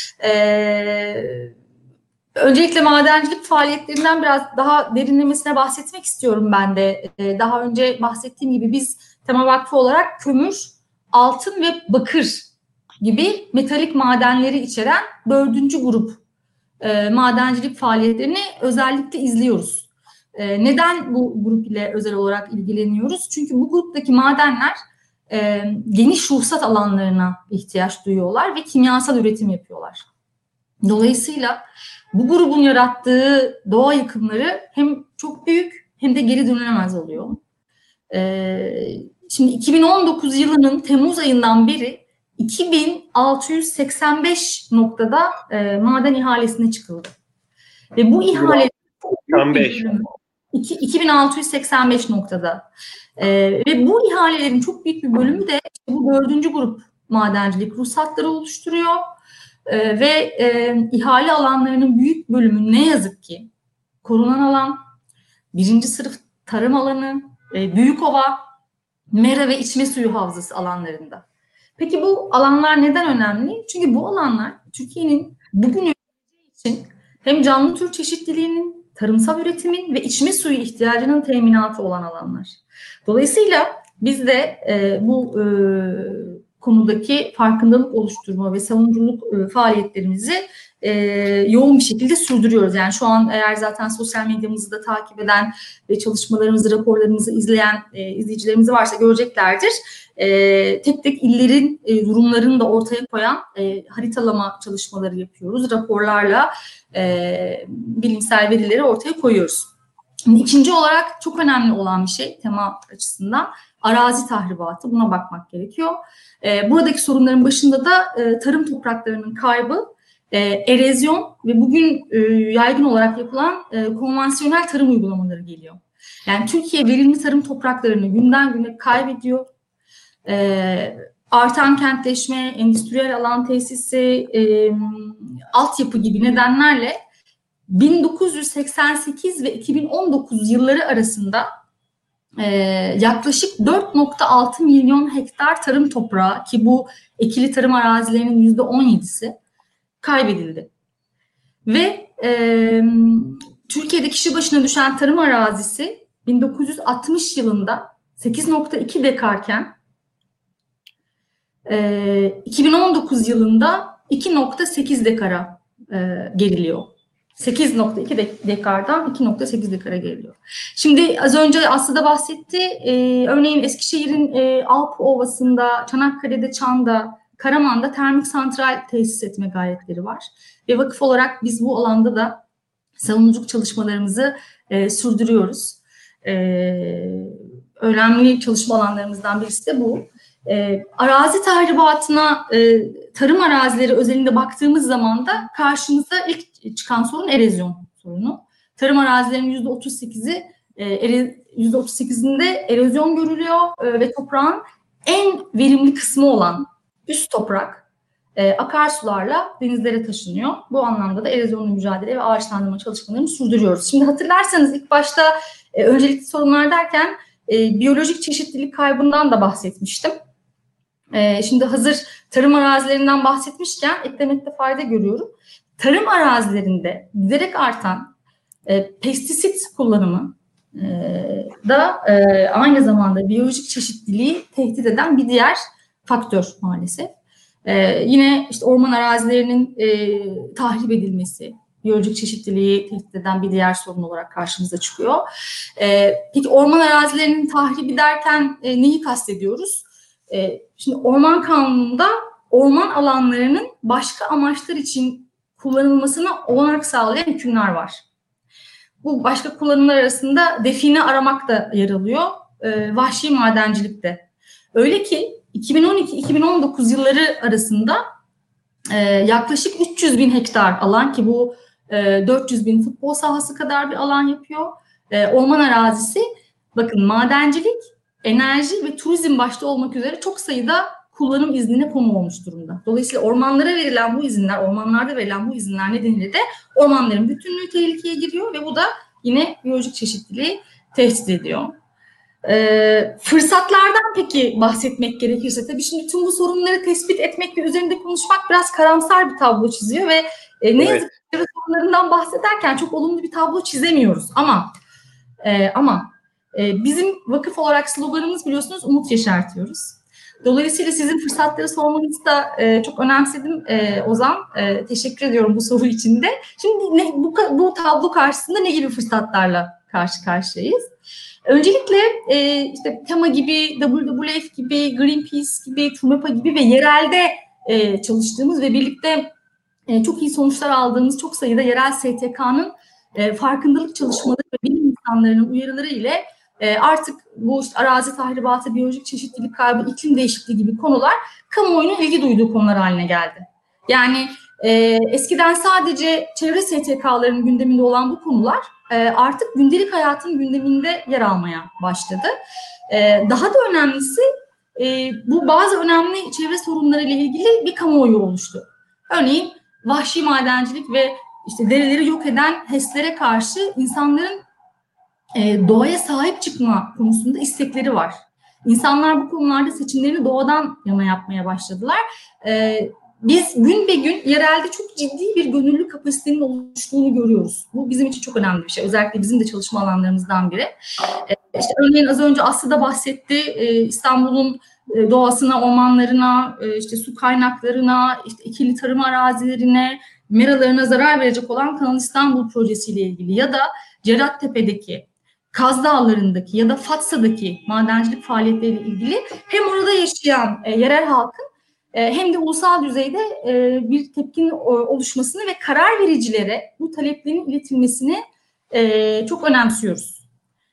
Öncelikle madencilik faaliyetlerinden biraz daha derinlemesine bahsetmek istiyorum ben de. Daha önce bahsettiğim gibi biz Tema Vakfı olarak kömür, altın ve bakır gibi metalik madenleri içeren 4. grup madencilik faaliyetlerini özellikle izliyoruz. Neden bu grup ile özel olarak ilgileniyoruz? Çünkü bu gruptaki madenler geniş ruhsat alanlarına ihtiyaç duyuyorlar ve kimyasal üretim yapıyorlar. Dolayısıyla bu grubun yarattığı doğa yıkımları hem çok büyük hem de geri dönülemez oluyor. Şimdi 2019 yılının Temmuz ayından beri 2685 noktada maden ihalesine çıkıldı. Ve bu ihale 2685 noktada. Ve bu ihalelerin çok büyük bir bölümü de bu 4. grup madencilik ruhsatları oluşturuyor. Ve ihale alanlarının büyük bölümü ne yazık ki korunan alan, 1. sınıf tarım alanı, Büyükova, mera ve içme suyu havzası alanlarında. Peki bu alanlar neden önemli? Çünkü bu alanlar Türkiye'nin bugün için hem canlı tür çeşitliliğinin, tarımsal üretimin ve içme suyu ihtiyacının teminatı olan alanlar. Dolayısıyla biz de bu konudaki farkındalık oluşturma ve savunuculuk faaliyetlerimizi yoğun bir şekilde sürdürüyoruz. Yani şu an eğer zaten sosyal medyamızı da takip eden ve çalışmalarımızı, raporlarımızı izleyen izleyicilerimiz varsa göreceklerdir. Tek tek illerin durumlarını da ortaya koyan haritalama çalışmaları yapıyoruz. Raporlarla bilimsel verileri ortaya koyuyoruz. Şimdi ikinci olarak çok önemli olan bir şey tema açısından arazi tahribatı. Buna bakmak gerekiyor. Buradaki sorunların başında da tarım topraklarının kaybı, erozyon ve bugün yaygın olarak yapılan konvansiyonel tarım uygulamaları geliyor. Yani Türkiye verimli tarım topraklarını günden güne kaybediyor. Artan kentleşme, endüstriyel alan tesisi, altyapı gibi nedenlerle 1988 ve 2019 yılları arasında yaklaşık 4,6 milyon hektar tarım toprağı, ki bu ekili tarım arazilerinin %17'si kaybedildi. Ve Türkiye'de kişi başına düşen tarım arazisi 1960 yılında 8,2 dekarken 2019 yılında 2,8 dekara geriliyor. 8.2 dekardan 2.8 dekara geliyor. Şimdi az önce Aslı da bahsetti. Örneğin Eskişehir'in Alp Ovası'nda, Çanakkale'de, Çan'da, Karaman'da termik santral tesis etme gayretleri var. Ve vakıf olarak biz bu alanda da savunuculuk çalışmalarımızı sürdürüyoruz. Önemli çalışma alanlarımızdan birisi de bu. Arazi tahribatına, tarım arazileri özelinde baktığımız zaman da karşımıza ilk çıkan sorun erozyon sorunu. Tarım arazilerinin %38'inde erozyon görülüyor ve toprağın en verimli kısmı olan üst toprak akarsularla denizlere taşınıyor. Bu anlamda da erozyonla mücadele ve ağaçlandırma çalışmalarını sürdürüyoruz. Şimdi hatırlarsanız ilk başta öncelikli sorunlar derken biyolojik çeşitlilik kaybından da bahsetmiştim. Şimdi hazır tarım arazilerinden bahsetmişken eklemekte fayda görüyorum. Tarım arazilerinde giderek artan pestisit kullanımı da aynı zamanda biyolojik çeşitliliği tehdit eden bir diğer faktör maalesef. Yine işte orman arazilerinin tahrip edilmesi, biyolojik çeşitliliği tehdit eden bir diğer sorun olarak karşımıza çıkıyor. Peki orman arazilerinin tahribi derken neyi kastediyoruz? Şimdi Orman Kanunu'nda orman alanlarının başka amaçlar için kullanılmasına olanak sağlayan hükümler var. Bu başka kullanımlar arasında define aramak da yer alıyor, vahşi madencilik de. Öyle ki 2012-2019 yılları arasında yaklaşık 300 bin hektar alan, ki bu 400 bin futbol sahası kadar bir alan yapıyor. Orman arazisi, bakın, madencilik, enerji ve turizm başta olmak üzere çok sayıda kullanım iznine konu olmuş durumda. Dolayısıyla ormanlara verilen bu izinler, ormanlarda verilen bu izinler nedeniyle de ormanların bütünlüğü tehlikeye giriyor ve bu da yine biyolojik çeşitliliği tehdit ediyor. Fırsatlardan peki bahsetmek gerekirse, tabii şimdi tüm bu sorunları tespit etmek ve üzerinde konuşmak biraz karamsar bir tablo çiziyor ve ne yazık ki sorunlarından bahsederken çok olumlu bir tablo çizemiyoruz. Ama bizim vakıf olarak sloganımız, biliyorsunuz, umut yeşertiyoruz. Dolayısıyla sizin fırsatları sormanızı da çok önemsedim Ozan. Teşekkür ediyorum bu soru için de. Şimdi bu tablo karşısında ne gibi fırsatlarla karşı karşıyayız? Öncelikle işte TEMA gibi, WWF gibi, Greenpeace gibi, TUMEPA gibi ve yerelde çalıştığımız ve birlikte çok iyi sonuçlar aldığımız çok sayıda yerel STK'nın farkındalık çalışmaları ve bilim insanlarının uyarıları ile artık bu işte arazi tahribatı, biyolojik çeşitlilik kaybı, iklim değişikliği gibi konular kamuoyunun ilgi duyduğu konular haline geldi. Yani eskiden sadece çevre STK'larının gündeminde olan bu konular artık gündelik hayatın gündeminde yer almaya başladı. Daha da önemlisi, bu bazı önemli çevre sorunlarıyla ilgili bir kamuoyu oluştu. Örneğin vahşi madencilik ve işte derileri yok eden HES'lere karşı insanların doğaya sahip çıkma konusunda istekleri var. İnsanlar bu konularda seçimlerini doğadan yana yapmaya başladılar. Biz gün be gün yerelde çok ciddi bir gönüllü kapasitenin oluştuğunu görüyoruz. Bu bizim için çok önemli bir şey. Özellikle bizim de çalışma alanlarımızdan biri. İşte örneğin az önce Aslı da bahsetti. İstanbul'un doğasına, ormanlarına, işte su kaynaklarına, işte ikili tarım arazilerine, meralarına zarar verecek olan Kanal İstanbul projesiyle ilgili ya da Cerattepe'deki, Kaz Dağları'ndaki ya da Fatsa'daki madencilik faaliyetleriyle ilgili hem orada yaşayan yerel halkın hem de ulusal düzeyde bir tepkinin oluşmasını ve karar vericilere bu taleplerin iletilmesini çok önemsiyoruz.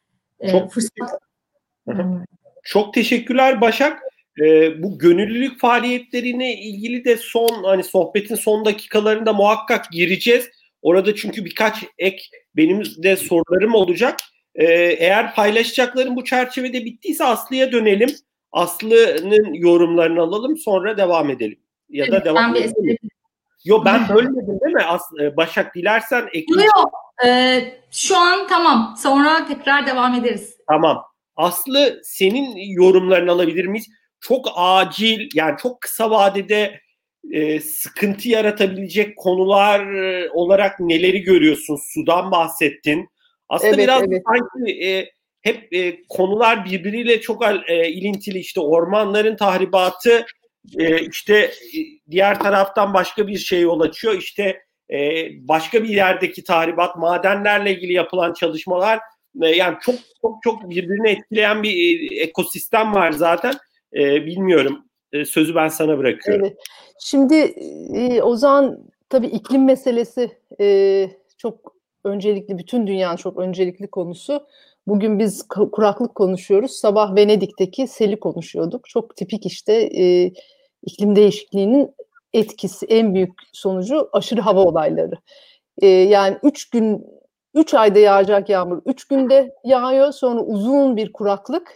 Çok teşekkürler Başak. Bu gönüllülük faaliyetlerine ilgili de sohbetin son dakikalarında muhakkak gireceğiz. Orada çünkü birkaç ek benim de sorularım olacak. Eğer paylaşacaklarım bu çerçevede bittiyse Aslı'ya dönelim. Aslı'nın yorumlarını alalım, sonra devam edelim. Ya da devam edelim. Yo, ben bölmedim değil mi? Başak, dilersen ekle. Yok. Şu an tamam. Sonra tekrar devam ederiz. Tamam. Aslı, senin yorumlarını alabilir miyiz? Çok acil, yani çok kısa vadede sıkıntı yaratabilecek konular olarak neleri görüyorsun? Sudan bahsettin. Aslında biraz sanki hep konular birbiriyle çok ilintili. İşte ormanların tahribatı, işte diğer taraftan başka bir şey yol açıyor. İşte başka bir yerdeki tahribat, madenlerle ilgili yapılan çalışmalar, yani çok çok çok birbirini etkileyen bir ekosistem var zaten. Bilmiyorum. Sözü ben sana bırakıyorum. Evet. Şimdi Ozan, tabii iklim meselesi çok öncelikli, bütün dünyanın çok öncelikli konusu. Bugün biz kuraklık konuşuyoruz. Sabah Venedik'teki seli konuşuyorduk. Çok tipik işte iklim değişikliğinin etkisi, en büyük sonucu aşırı hava olayları. Yani 3 ayda yağacak yağmur 3 günde yağıyor. Sonra uzun bir kuraklık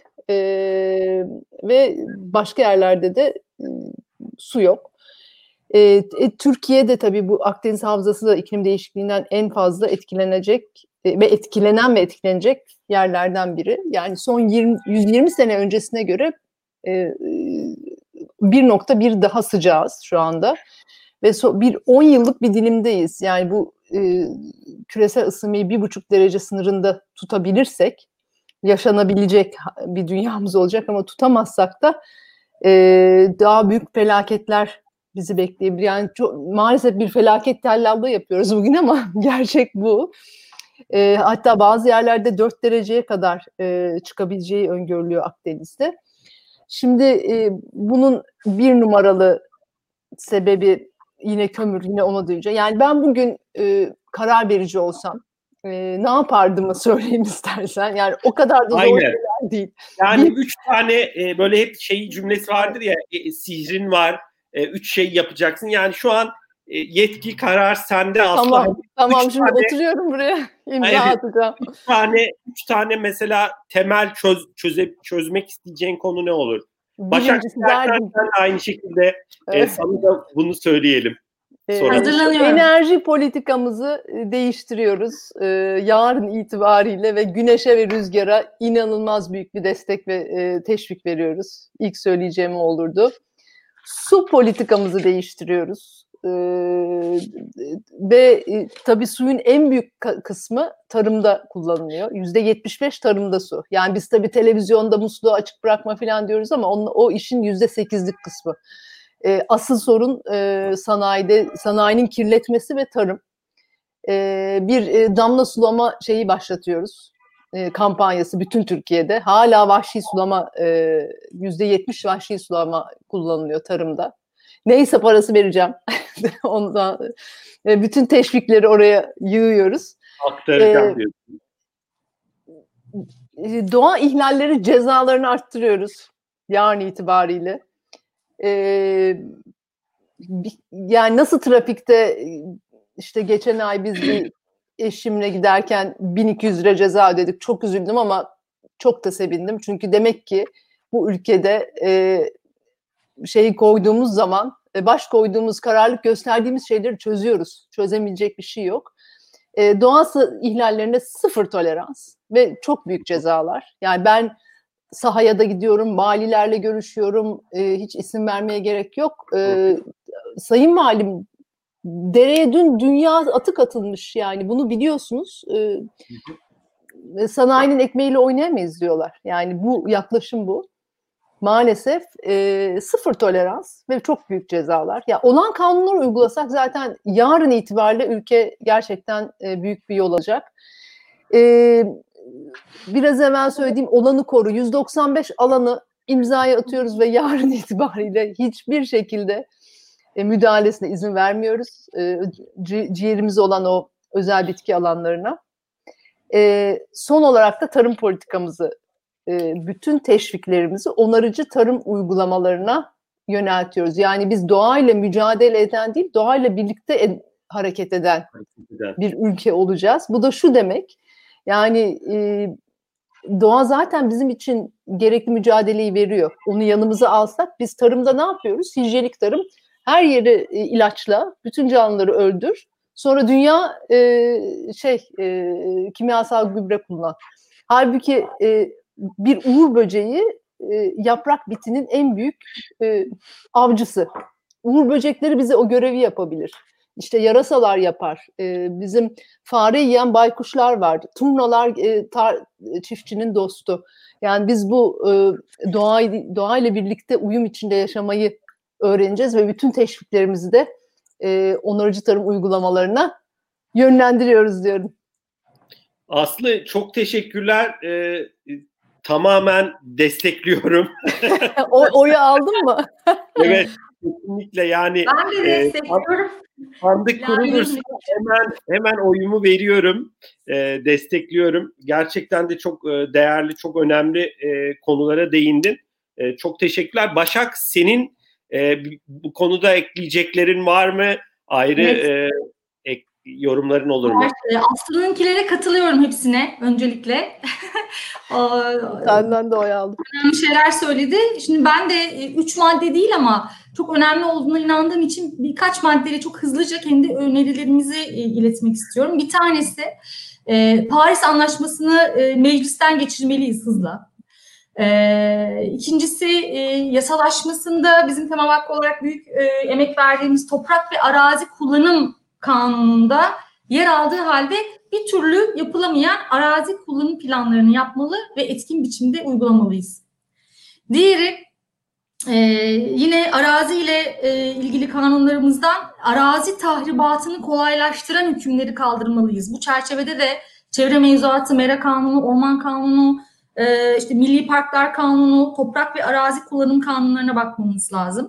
ve başka yerlerde de su yok. Türkiye'de tabii bu Akdeniz Havzası da iklim değişikliğinden en fazla etkilenecek ve etkilenecek yerlerden biri. Yani son 120 sene öncesine göre 1.1 daha sıcağız şu anda. Ve 10 yıllık bir dilimdeyiz. Yani bu küresel ısınmayı 1,5 derece sınırında tutabilirsek yaşanabilecek bir dünyamız olacak, ama tutamazsak da daha büyük felaketler bizi bekleyebilir. Yani maalesef bir felaket tellallığı yapıyoruz bugün, ama gerçek bu. Hatta bazı yerlerde 4 dereceye kadar çıkabileceği öngörülüyor Akdeniz'de. Şimdi bunun bir numaralı sebebi yine kömür, yine ona duyunca. Yani ben bugün karar verici olsam ne yapardımı söyleyeyim istersen. Yani o kadar da zor şeyler değil. Yani 3 tane böyle hep cümlesi vardır ya, sihrin var, 3 şey yapacaksın. Yani şu an yetki, karar sende aslında. Tamam şimdi oturuyorum buraya, imza atacağım. 3 tane mesela temel çözmek isteyeceğin konu ne olur? Başak, sen aynı şekilde sana da bunu söyleyelim. Enerji politikamızı değiştiriyoruz. Yarın itibariyle ve güneşe ve rüzgara inanılmaz büyük bir destek ve teşvik veriyoruz. İlk söyleyeceğim olurdu. Su politikamızı değiştiriyoruz. Ve tabii suyun en büyük kısmı tarımda kullanılıyor. %75 tarımda su. Yani biz tabii televizyonda musluğu açık bırakma falan diyoruz, ama o işin %8'lik kısmı. Asıl sorun sanayinin kirletmesi ve tarım. Bir damla sulama başlatıyoruz. Kampanyası bütün Türkiye'de. Hala vahşi sulama, %70 vahşi sulama kullanılıyor tarımda. Neyse parası vereceğim. Ondan bütün teşvikleri oraya yığıyoruz. Aktaracağım diyorsun. Doğa ihlalleri cezalarını arttırıyoruz yarın itibariyle. Yani nasıl trafikte işte geçen ay biz bir eşimle giderken 1.200 lira ceza ödedik. Çok üzüldüm ama çok da sevindim. Çünkü demek ki bu ülkede koyduğumuz zaman, baş koyduğumuz, kararlılık gösterdiğimiz şeyleri çözüyoruz. Çözemeyecek bir şey yok. Doğa ihlallerine 0 tolerans ve çok büyük cezalar. Yani ben sahaya da gidiyorum, valilerle görüşüyorum. Hiç isim vermeye gerek yok. Sayın Valim, dereye dün dünya atık atılmış, yani bunu biliyorsunuz. Sanayinin ekmeğiyle oynayamayız diyorlar. Yani bu yaklaşım bu. Maalesef 0 tolerans ve çok büyük cezalar. Ya olan kanunları uygulasak zaten yarın itibariyle ülke gerçekten büyük bir yol alacak. Biraz evvel söylediğim olanı koru. 195 alanı imzaya atıyoruz ve yarın itibariyle hiçbir şekilde müdahalesine izin vermiyoruz. Ciğerimiz olan o özel bitki alanlarına. Son olarak da tarım politikamızı, bütün teşviklerimizi onarıcı tarım uygulamalarına yöneltiyoruz. Yani biz doğayla mücadele eden değil, doğayla birlikte hareket eden bir ülke olacağız. Bu da şu demek, yani doğa zaten bizim için gerekli mücadeleyi veriyor. Onu yanımıza alsak, biz tarımda ne yapıyoruz? Hijyenik tarım. Her yeri ilaçla, bütün canlıları öldür. Sonra dünya kimyasal gübre kullan. Halbuki bir uğur böceği yaprak bitinin en büyük avcısı. Uğur böcekleri bize o görevi yapabilir. İşte yarasalar yapar. Bizim fare yiyen baykuşlar var. Turnalar çiftçinin dostu. Yani biz bu doğayla birlikte uyum içinde yaşamayı öğreneceğiz ve bütün teşviklerimizi de onarıcı tarım uygulamalarına yönlendiriyoruz diyorum. Aslı çok teşekkürler. Tamamen destekliyorum. Oyu aldın mı? Evet, kesinlikle yani. Ben de destekliyorum. Sandık kurulursa hemen oyumu veriyorum, destekliyorum. Gerçekten de çok değerli, çok önemli konulara değindin. Çok teşekkürler. Başak, senin bu konuda ekleyeceklerin var mı? Ayrı Evet. Yorumların olur mu? Aslı'nınkilere katılıyorum hepsine öncelikle. Senden de oy aldım. Önemli şeyler söyledi. Şimdi ben de 3 madde değil ama çok önemli olduğuna inandığım için birkaç maddeyle çok hızlıca kendi önerilerimizi iletmek istiyorum. Bir tanesi Paris Anlaşması'nı meclisten geçirmeliyiz hızla. İkincisi yasalaşmasında bizim Temel Hakkı olarak büyük emek verdiğimiz toprak ve arazi kullanım kanununda yer aldığı halde bir türlü yapılamayan arazi kullanım planlarını yapmalı ve etkin biçimde uygulamalıyız. Diğeri yine arazi ile ilgili kanunlarımızdan arazi tahribatını kolaylaştıran hükümleri kaldırmalıyız. Bu çerçevede de çevre mevzuatı, mera kanunu, orman kanunu, işte Milli Parklar Kanunu, toprak ve arazi kullanım kanunlarına bakmamız lazım.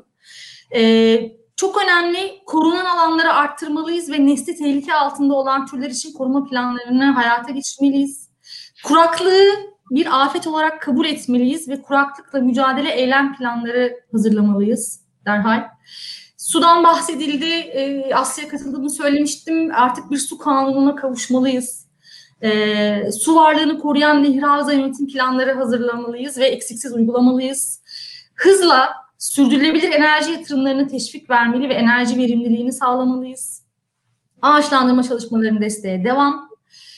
Çok önemli, korunan alanları arttırmalıyız ve nesli tehlike altında olan türler için koruma planlarını hayata geçirmeliyiz. Kuraklığı bir afet olarak kabul etmeliyiz ve kuraklıkla mücadele eylem planları hazırlamalıyız derhal. Sudan bahsedildi, Asya'ya katıldığımı söylemiştim. Artık bir su kanununa kavuşmalıyız. Su varlığını koruyan nehir havza yönetim planları hazırlamalıyız ve eksiksiz uygulamalıyız. Hızla sürdürülebilir enerji yatırımlarına teşvik vermeli ve enerji verimliliğini sağlamalıyız. Ağaçlandırma çalışmalarının desteğe devam.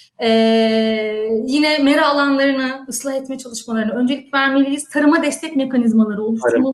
Yine mera alanlarını ıslah etme çalışmalarına öncelik vermeliyiz. Tarıma destek mekanizmaları oluşturmalıyız.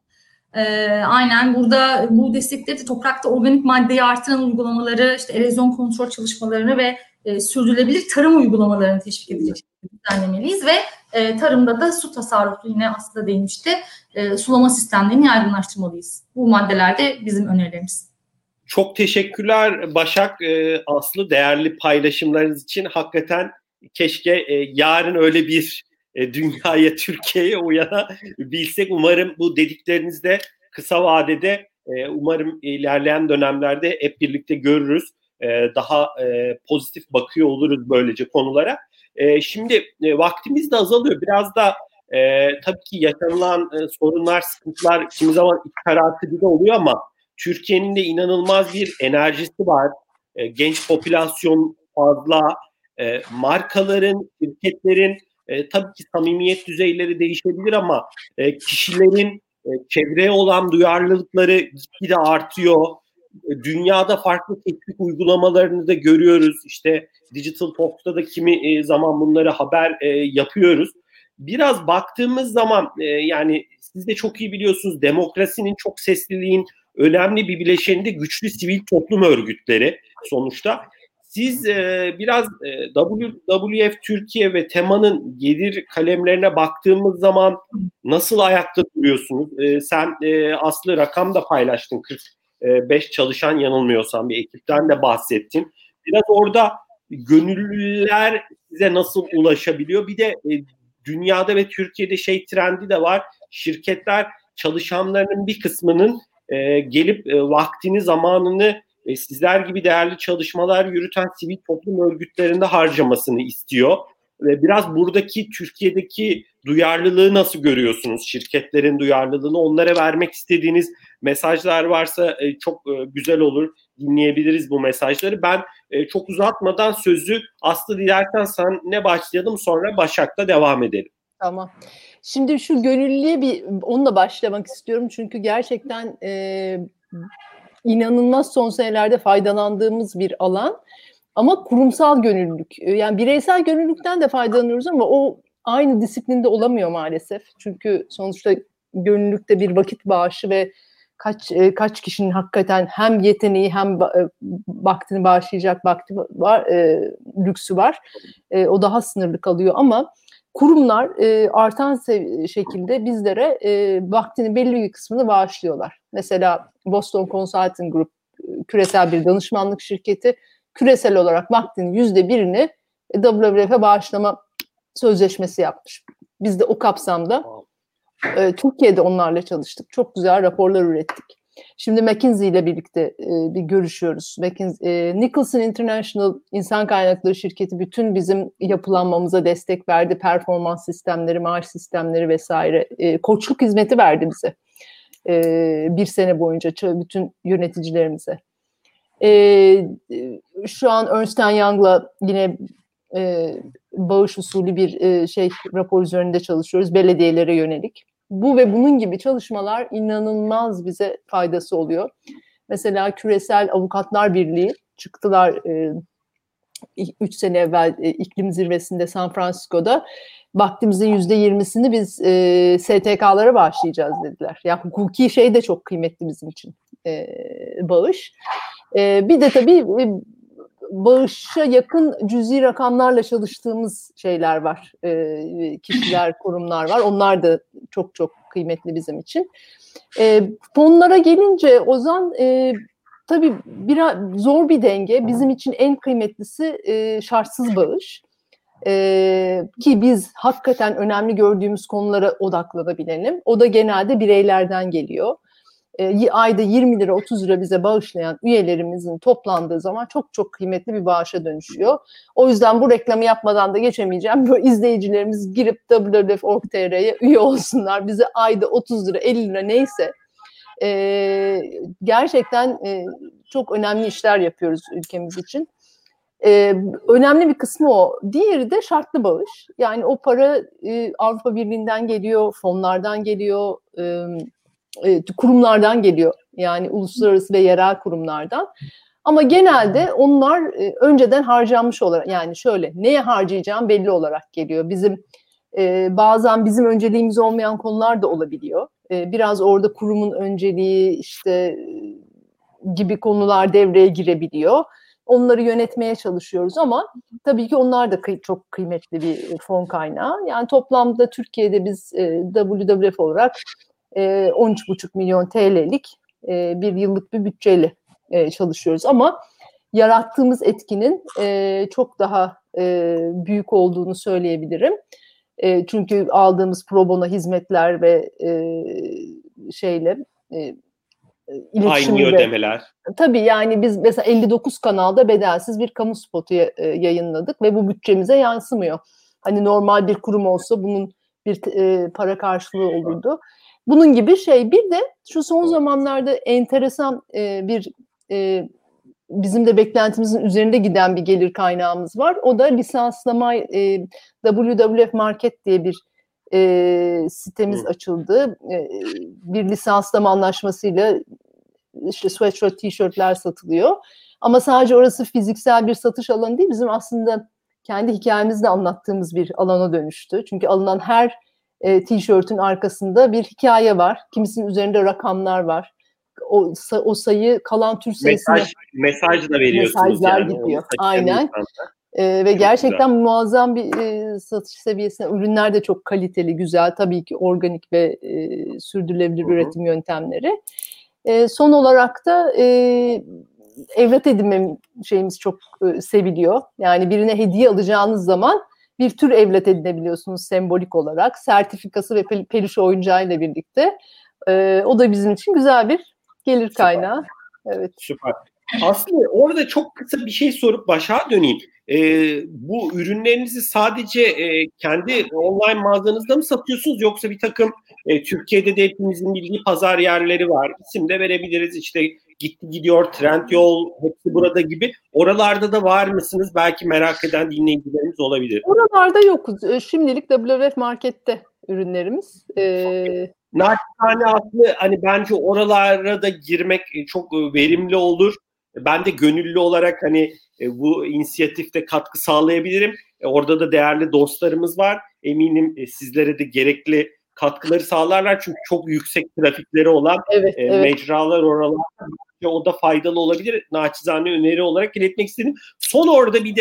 Aynen burada bu destekleri de toprakta organik maddeyi artıran uygulamaları, işte erozyon kontrol çalışmalarını ve sürdürülebilir tarım uygulamalarını teşvik edecek şekilde düzenlemeliyiz ve tarımda da su tasarrufu, yine aslında değinmişti, sulama sistemlerini yaygınlaştırmalıyız. Bu maddeler de bizim önerilerimiz. Çok teşekkürler Başak, Aslı, değerli paylaşımlarınız için. Hakikaten keşke yarın öyle bir dünyaya, Türkiye'ye uyanabilsek. Umarım bu dediklerinizde kısa vadede, umarım ilerleyen dönemlerde hep birlikte görürüz. Daha pozitif bakıyor oluruz böylece konulara. Şimdi vaktimiz de azalıyor. Biraz da tabii ki yaşanılan sorunlar, sıkıntılar kimi zaman karartıcı da oluyor ama Türkiye'nin de inanılmaz bir enerjisi var. Genç popülasyon fazla. Markaların, şirketlerin tabii ki samimiyet düzeyleri değişebilir ama kişilerin çevreye olan duyarlılıkları gitgide artıyor. Dünyada farklı teknik uygulamalarını da görüyoruz. İşte Digital Talks'ta da kimi zaman bunları haber yapıyoruz. Biraz baktığımız zaman yani siz de çok iyi biliyorsunuz, demokrasinin, çok sesliliğin önemli bir bileşeni de güçlü sivil toplum örgütleri sonuçta. Siz biraz WWF Türkiye ve TEMA'nın gelir kalemlerine baktığımız zaman nasıl ayakta duruyorsunuz? Sen Aslı rakam da paylaştın, 45 çalışan yanılmıyorsam bir ekipten de bahsettin. Biraz orada gönüllüler size nasıl ulaşabiliyor? Bir de dünyada ve Türkiye'de trendi de var. Şirketler çalışanlarının bir kısmının gelip vaktini, zamanını sizler gibi değerli çalışmalar yürüten sivil toplum örgütlerinde harcamasını istiyor. Biraz buradaki Türkiye'deki duyarlılığı nasıl görüyorsunuz? Şirketlerin duyarlılığını, onlara vermek istediğiniz mesajlar varsa çok güzel olur. Dinleyebiliriz bu mesajları. Ben çok uzatmadan sözü Aslı, dilersen sen ne başlayalım, sonra Başak'la devam edelim. Tamam. Şimdi şu gönüllüye onunla başlamak istiyorum. Çünkü gerçekten inanılmaz son senelerde faydalandığımız bir alan. Ama kurumsal gönüllülük, yani bireysel gönüllülükten de faydalanıyoruz ama o aynı disiplinde olamıyor maalesef. Çünkü sonuçta gönüllülükte bir vakit bağışı ve kaç kişinin hakikaten hem yeteneği hem vaktini bağışlayacak vakti var, lüksü var. O daha sınırlı kalıyor ama kurumlar artan şekilde bizlere vaktinin belli bir kısmını bağışlıyorlar. Mesela Boston Consulting Group küresel bir danışmanlık şirketi. Küresel olarak vaktinin %1'ini WWF'e bağışlama sözleşmesi yapmış. Biz de o kapsamda Türkiye'de onlarla çalıştık. Çok güzel raporlar ürettik. Şimdi McKinsey ile birlikte bir görüşüyoruz. Nicholson International İnsan Kaynakları Şirketi bütün bizim yapılanmamıza destek verdi. Performans sistemleri, maaş sistemleri vesaire. Koçluk hizmeti verdi bize. Bir sene boyunca bütün yöneticilerimize. Şu an Ernst Young'la yine bağış usulü bir rapor üzerinde çalışıyoruz. Belediyelere yönelik. Bu ve bunun gibi çalışmalar inanılmaz bize faydası oluyor. Mesela Küresel Avukatlar Birliği çıktılar 3 sene evvel iklim zirvesinde San Francisco'da. Vaktimizin %20'sini biz STK'lara bağışlayacağız dediler. Yani hukuki şey de çok kıymetli bizim için bağış. Bir de tabii bağışa yakın cüzi rakamlarla çalıştığımız şeyler var. Kişiler, kurumlar var. Onlar da çok çok kıymetli bizim için. Fonlara gelince Ozan, tabii biraz zor bir denge. Bizim için en kıymetlisi şartsız bağış. Ki biz hakikaten önemli gördüğümüz konulara odaklanabilelim. O da genelde bireylerden geliyor. Ayda 20 lira 30 lira bize bağışlayan üyelerimizin toplandığı zaman çok çok kıymetli bir bağışa dönüşüyor. O yüzden bu reklamı yapmadan da geçemeyeceğim. Böyle izleyicilerimiz girip www.org.tr'ye üye olsunlar. Bize ayda 30 lira 50 lira neyse gerçekten çok önemli işler yapıyoruz ülkemiz için. Önemli bir kısmı o. Diğeri de şartlı bağış. Yani o para Avrupa Birliği'nden geliyor, fonlardan geliyor, kurumlardan geliyor. Yani uluslararası ve yerel kurumlardan. Ama genelde onlar önceden harcanmış olarak, yani şöyle neye harcayacağım belli olarak geliyor. Bizim bazen bizim önceliğimiz olmayan konular da olabiliyor. Biraz orada kurumun önceliği işte gibi konular devreye girebiliyor. Onları yönetmeye çalışıyoruz ama tabii ki onlar da çok kıymetli bir fon kaynağı. Yani toplamda Türkiye'de biz WWF olarak 13,5 milyon TL'lik bir yıllık bir bütçeyle çalışıyoruz. Ama yarattığımız etkinin çok daha büyük olduğunu söyleyebilirim. Çünkü aldığımız pro bono hizmetler ve aynı ödemeler. Tabii yani biz mesela 59 kanalda bedelsiz bir kamu spotu yayınladık ve bu bütçemize yansımıyor. Hani normal bir kurum olsa bunun bir para karşılığı olurdu. Bunun gibi bir de şu son zamanlarda enteresan bizim de beklentimizin üzerinde giden bir gelir kaynağımız var. O da lisanslama. WWF Market diye bir sitemiz açıldı. Bir lisanslama anlaşmasıyla işte sweatshirt, tişörtler satılıyor. Ama sadece orası fiziksel bir satış alanı değil, bizim aslında kendi hikayemizde anlattığımız bir alana dönüştü. Çünkü alınan her tişörtün arkasında bir hikaye var. Kimisinin üzerinde rakamlar var. O sayı kalan tür sayısına mesaj da veriyorsunuz. Mesajlar yani. gidiyor. Aynen. Ve çok gerçekten güzel. Muazzam bir satış seviyesine. Ürünler de çok kaliteli, güzel. Tabii ki organik ve sürdürülebilir üretim yöntemleri. Son olarak da evlat edinme şeyimiz çok seviliyor. Yani birine hediye alacağınız zaman bir tür evlat edinebiliyorsunuz sembolik olarak. Sertifikası ve peluş oyuncağıyla birlikte. O da bizim için güzel bir gelir kaynağı. Evet. Süper. Aslında orada çok kısa bir şey sorup Başak'a döneyim. Bu ürünlerinizi sadece kendi online mağazanızda mı satıyorsunuz, yoksa bir takım Türkiye'de de hepimizin bildiği pazar yerleri var. İsim de verebiliriz. İşte Gitti Gidiyor, Trendyol, hepsi burada gibi. Oralarda da var mısınız? Belki merak eden dinleyicilerimiz olabilir. Oralarda yokuz. Şimdilik WWF Market'te ürünlerimiz. Naçizane aslında hani bence oralara da girmek çok verimli olur. Ben de gönüllü olarak hani bu inisiyatifte katkı sağlayabilirim. Orada da değerli dostlarımız var. Eminim sizlere de gerekli katkıları sağlarlar. Çünkü çok yüksek trafikleri olan mecralar oralarda. O da faydalı olabilir. Naçizane öneri olarak iletmek istedim. Son orada bir de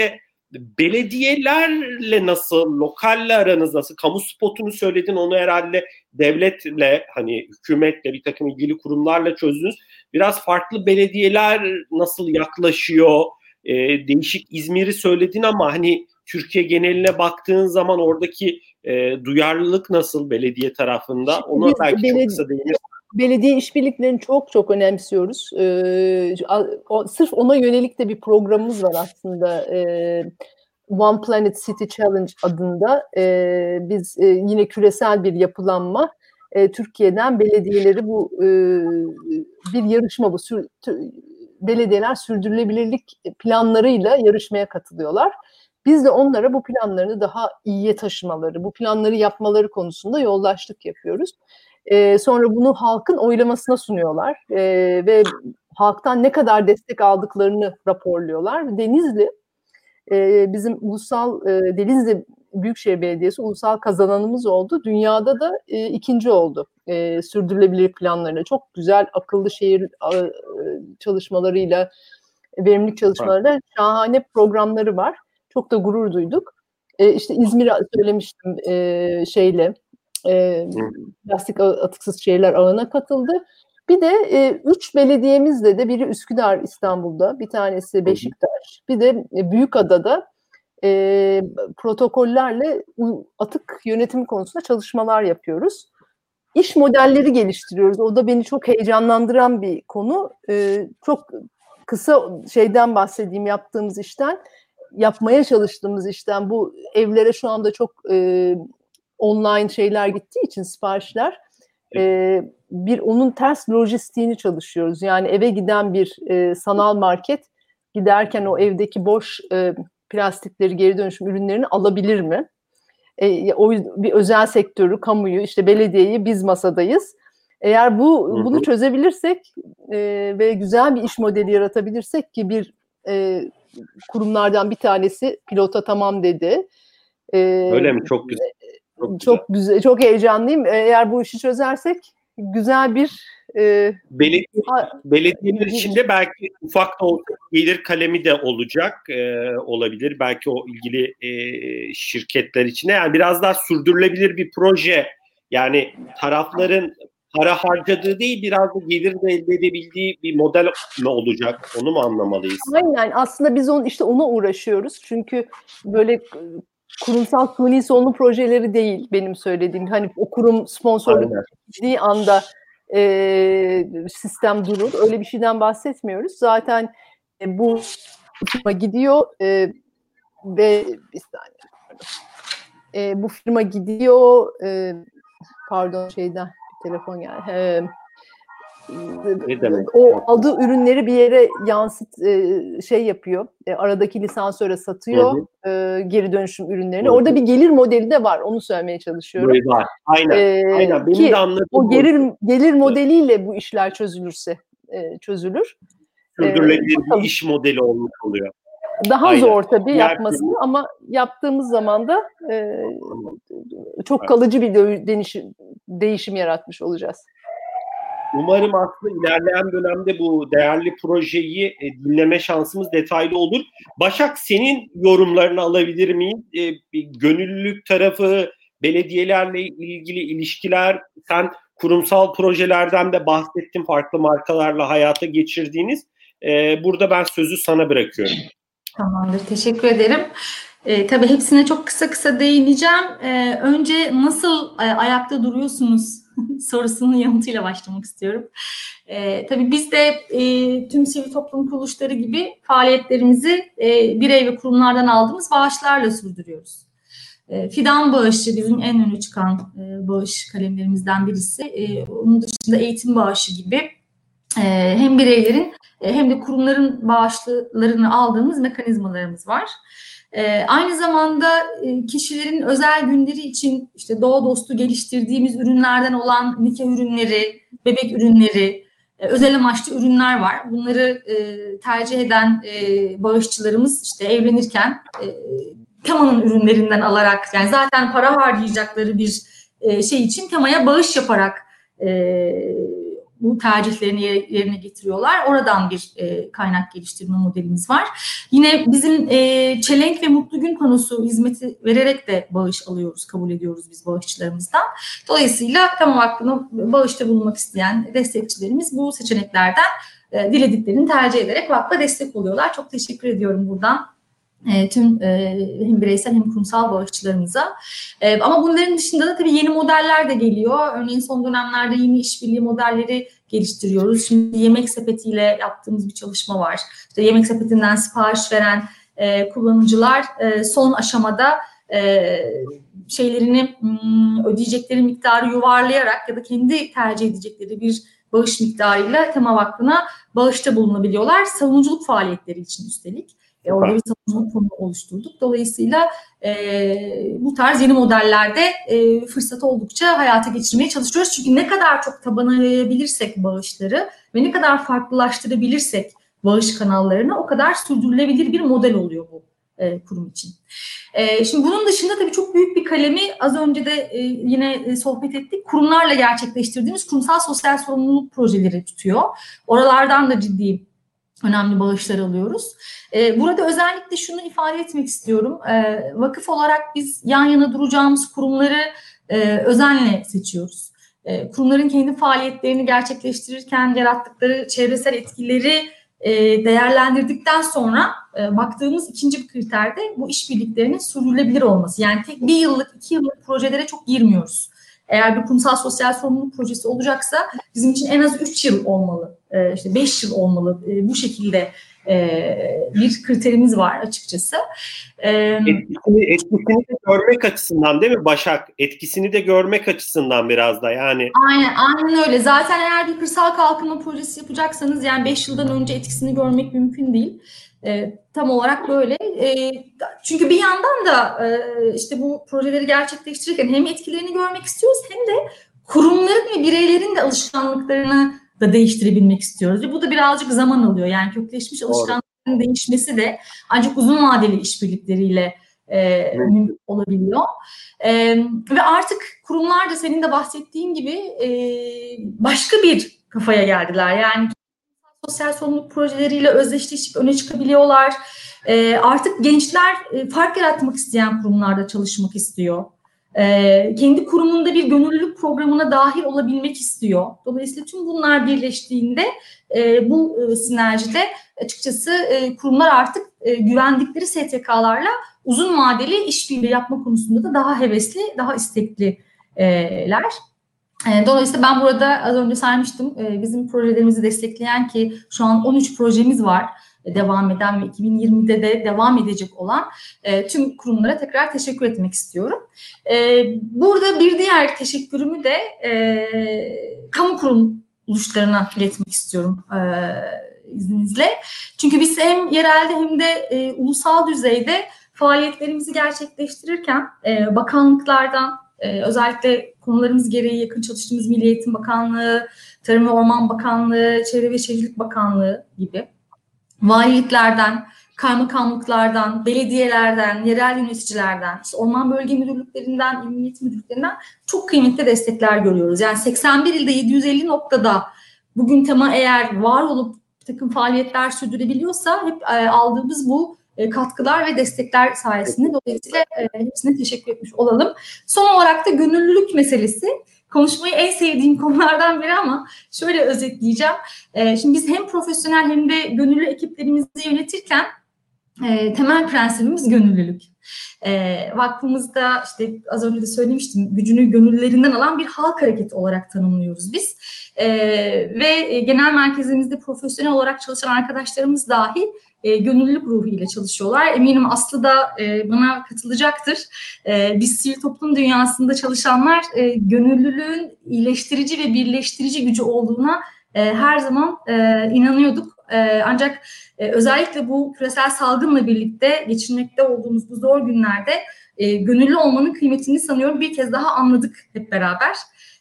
belediyelerle nasıl, lokalle aranız nasıl? Kamu spotunu söyledin, onu herhalde devletle, hani hükümetle, bir takım ilgili kurumlarla çözdünüz. Biraz farklı belediyeler nasıl yaklaşıyor? Değişik, İzmir'i söyledin ama hani Türkiye geneline baktığın zaman oradaki duyarlılık nasıl belediye tarafında? Ona belki çok kısa değinir. Belediye işbirliklerini çok çok önemsiyoruz. Sırf ona yönelik de bir programımız var aslında. One Planet City Challenge adında. Biz yine küresel bir yapılanma. Türkiye'den belediyeleri bu bir yarışma bu. Belediyeler sürdürülebilirlik planlarıyla yarışmaya katılıyorlar. Biz de onlara bu planlarını daha iyiye taşımaları, bu planları yapmaları konusunda yoldaşlık yapıyoruz. Sonra bunu halkın oylamasına sunuyorlar ve halktan ne kadar destek aldıklarını raporluyorlar. Denizli, bizim ulusal Denizli Büyükşehir Belediyesi ulusal kazananımız oldu. Dünyada da ikinci oldu sürdürülebilir planlarına. Çok güzel akıllı şehir çalışmalarıyla, verimlilik çalışmalarıyla şahane programları var. Çok da gurur duyduk. İşte İzmir'i söylemiştim plastik atıksız şehirler ağına katıldı. Bir de 3 belediyemizle de, biri Üsküdar İstanbul'da, bir tanesi Beşiktaş, bir de Büyükada'da protokollerle atık yönetimi konusunda çalışmalar yapıyoruz. İş modelleri geliştiriyoruz. O da beni çok heyecanlandıran bir konu. Çok kısa şeyden bahsedeyim, yaptığımız işten, yapmaya çalıştığımız işten. Bu evlere şu anda çok online şeyler gittiği için, siparişler, onun ters lojistiğini çalışıyoruz. Yani eve giden bir sanal market giderken o evdeki boş plastikleri, geri dönüşüm ürünlerini alabilir mi? O bir özel sektörü, kamuyu, işte belediyeyi, biz masadayız. Eğer bunu çözebilirsek ve güzel bir iş modeli yaratabilirsek, ki bir kurumlardan bir tanesi pilota tamam dedi. Öyle mi? Çok güzel. Çok güzel, çok heyecanlıyım. Eğer bu işi çözersek güzel bir belediyeler içinde belki ufak da olsa gelir kalemi de olacak, olabilir. Belki o ilgili şirketler içine, yani biraz daha sürdürülebilir bir proje, yani tarafların para harcadığı değil, biraz da gelir de elde edebildiği bir model mi olacak? Onu mu anlamalıyız? Aynen. Aslında biz ona uğraşıyoruz. Çünkü böyle kurumsal suni solunum projeleri değil benim söylediğim. Hani o kurum sponsorluk ettiği anda sistem durur. Öyle bir şeyden bahsetmiyoruz. Zaten bu firma gidiyor ve bir saniye. Bu firma gidiyor, pardon, şeyden bir telefon geldi. O aldığı ürünleri bir yere yapıyor. Aradaki lisansöre satıyor geri dönüşüm ürünlerini. Orada bir gelir modeli de var. Onu söylemeye çalışıyorum. Var. Aynen. Benim ki de anladığım o gelir modeliyle bu işler çözülürse çözülür. Sürdürülebilir bir iş modeli olmuş oluyor. Daha zor tabii yapması, ama yaptığımız zaman da çok kalıcı bir değişim yaratmış olacağız. Umarım aslında ilerleyen dönemde bu değerli projeyi dinleme şansımız detaylı olur. Başak, senin yorumlarını alabilir miyim? Gönüllülük tarafı, belediyelerle ilgili ilişkiler, sen kurumsal projelerden de bahsettin, farklı markalarla hayata geçirdiğiniz. Burada ben sözü sana bırakıyorum. Tamamdır, teşekkür ederim. Tabii hepsine çok kısa değineceğim. Önce nasıl ayakta duruyorsunuz sorusunun yanıtıyla başlamak istiyorum. Tabii biz de tüm sivil toplum kuruluşları gibi faaliyetlerimizi birey ve kurumlardan aldığımız bağışlarla sürdürüyoruz. Fidan bağışı bizim en öne çıkan bağış kalemlerimizden birisi. Onun dışında eğitim bağışı gibi hem bireylerin hem de kurumların bağışlarını aldığımız mekanizmalarımız var. Aynı zamanda kişilerin özel günleri için işte doğa dostu geliştirdiğimiz ürünlerden olan nikah ürünleri, bebek ürünleri, özel amaçlı ürünler var. Bunları tercih eden bağışçılarımız işte evlenirken temanın ürünlerinden alarak, yani zaten para harcayacakları bir şey için temaya bağış yaparak bu tercihlerini yerine getiriyorlar. Oradan bir kaynak geliştirme modelimiz var. Yine bizim çelenk ve mutlu gün panosu hizmeti vererek de bağış alıyoruz, kabul ediyoruz biz bağışçılarımızdan. Dolayısıyla Tema Vakfı'na bağışta bulunmak isteyen destekçilerimiz bu seçeneklerden dilediklerini tercih ederek vakfa destek oluyorlar. Çok teşekkür ediyorum buradan tüm hem bireysel hem kurumsal bağışçılarımıza. Ama bunların dışında da tabii yeni modeller de geliyor. Örneğin son dönemlerde yeni işbirliği modelleri geliştiriyoruz. Şimdi Yemek Sepeti'yle yaptığımız bir çalışma var. İşte Yemek Sepeti'nden sipariş veren kullanıcılar son aşamada şeylerini ödeyecekleri miktarı yuvarlayarak ya da kendi tercih edecekleri bir bağış miktarıyla Tema Vakfı'na bağışta bulunabiliyorlar. Savunuculuk faaliyetleri için üstelik. Orada bir savunuculuk fonu oluşturduk. Dolayısıyla bu tarz yeni modellerde fırsatı oldukça hayata geçirmeye çalışıyoruz. Çünkü ne kadar çok tabana yayabilirsek bağışları ve ne kadar farklılaştırabilirsek bağış kanallarını o kadar sürdürülebilir bir model oluyor bu kurum için. Şimdi bunun dışında tabii çok büyük bir kalemi az önce de yine sohbet ettik. Kurumlarla gerçekleştirdiğimiz kurumsal sosyal sorumluluk projeleri tutuyor. Oralardan da ciddi önemli bağışlar alıyoruz. Burada özellikle şunu ifade etmek istiyorum. Vakıf olarak biz yan yana duracağımız kurumları özenle seçiyoruz. Kurumların kendi faaliyetlerini gerçekleştirirken yarattıkları çevresel etkileri değerlendirdikten sonra baktığımız ikinci bir kriter de bu işbirliklerinin sürdürülebilir olması. Yani tek bir yıllık, 2 yıllık projelere çok girmiyoruz. Eğer bir kurumsal sosyal sorumluluk projesi olacaksa bizim için en az 3 yıl olmalı, işte 5 yıl olmalı. Bu şekilde bir kriterimiz var açıkçası. Etkisini de görmek açısından değil mi Başak? Etkisini de görmek açısından biraz da yani. Aynen öyle. Zaten eğer bir kırsal kalkınma projesi yapacaksanız yani 5 yıldan önce etkisini görmek mümkün değil. Tam olarak böyle. Çünkü bir yandan da işte bu projeleri gerçekleştirirken hem etkilerini görmek istiyoruz hem de kurumların ve bireylerin de alışkanlıklarını da değiştirebilmek istiyoruz. Ve bu da birazcık zaman alıyor. Yani kökleşmiş alışkanlıkların değişmesi de ancak uzun vadeli işbirlikleriyle mümkün olabiliyor. Ve artık kurumlar da senin de bahsettiğin gibi başka bir kafaya geldiler. Yani sosyal sorumluluk projeleriyle özdeşleşip öne çıkabiliyorlar. Artık gençler fark yaratmak isteyen kurumlarda çalışmak istiyor. Kendi kurumunda bir gönüllülük programına dahil olabilmek istiyor. Dolayısıyla tüm bunlar birleştiğinde bu sinerjide açıkçası kurumlar artık güvendikleri STK'larla uzun vadeli işbirliği yapma konusunda da daha hevesli, daha istekliler. Dolayısıyla ben burada az önce saymıştım bizim projelerimizi destekleyen ki şu an 13 projemiz var devam eden ve 2020'de de devam edecek olan tüm kurumlara tekrar teşekkür etmek istiyorum. Burada bir diğer teşekkürümü de kamu kuruluşlarına iletmek istiyorum izninizle. Çünkü biz hem yerelde hem de ulusal düzeyde faaliyetlerimizi gerçekleştirirken bakanlıklardan özellikle konularımız gereği yakın çalıştığımız Milli Eğitim Bakanlığı, Tarım ve Orman Bakanlığı, Çevre ve Şehircilik Bakanlığı gibi valiliklerden, kaymakamlıklardan, belediyelerden, yerel yöneticilerden, işte orman bölge müdürlüklerinden, il milli müdürlüklerinden çok kıymetli destekler görüyoruz. Yani 81 ilde 750 noktada bugün Tema eğer var olup bir takım faaliyetler sürdürebiliyorsa hep aldığımız bu katkılar ve destekler sayesinde dolayısıyla hepsine teşekkür etmiş olalım. Son olarak da gönüllülük meselesi. Konuşmayı en sevdiğim konulardan biri ama şöyle özetleyeceğim. Şimdi biz hem profesyonel hem de gönüllü ekiplerimizi yönetirken temel prensibimiz gönüllülük. Vakfımızda işte az önce de söylemiştim gücünü gönüllülerinden alan bir halk hareketi olarak tanımlıyoruz biz. Ve genel merkezimizde profesyonel olarak çalışan arkadaşlarımız dahi gönüllülük ruhuyla çalışıyorlar. Eminim Aslı da buna katılacaktır. Biz sivil toplum dünyasında çalışanlar gönüllülüğün iyileştirici ve birleştirici gücü olduğuna her zaman inanıyorduk. Ancak özellikle bu küresel salgınla birlikte geçirmekte olduğumuz bu zor günlerde gönüllü olmanın kıymetini sanıyorum bir kez daha anladık hep beraber.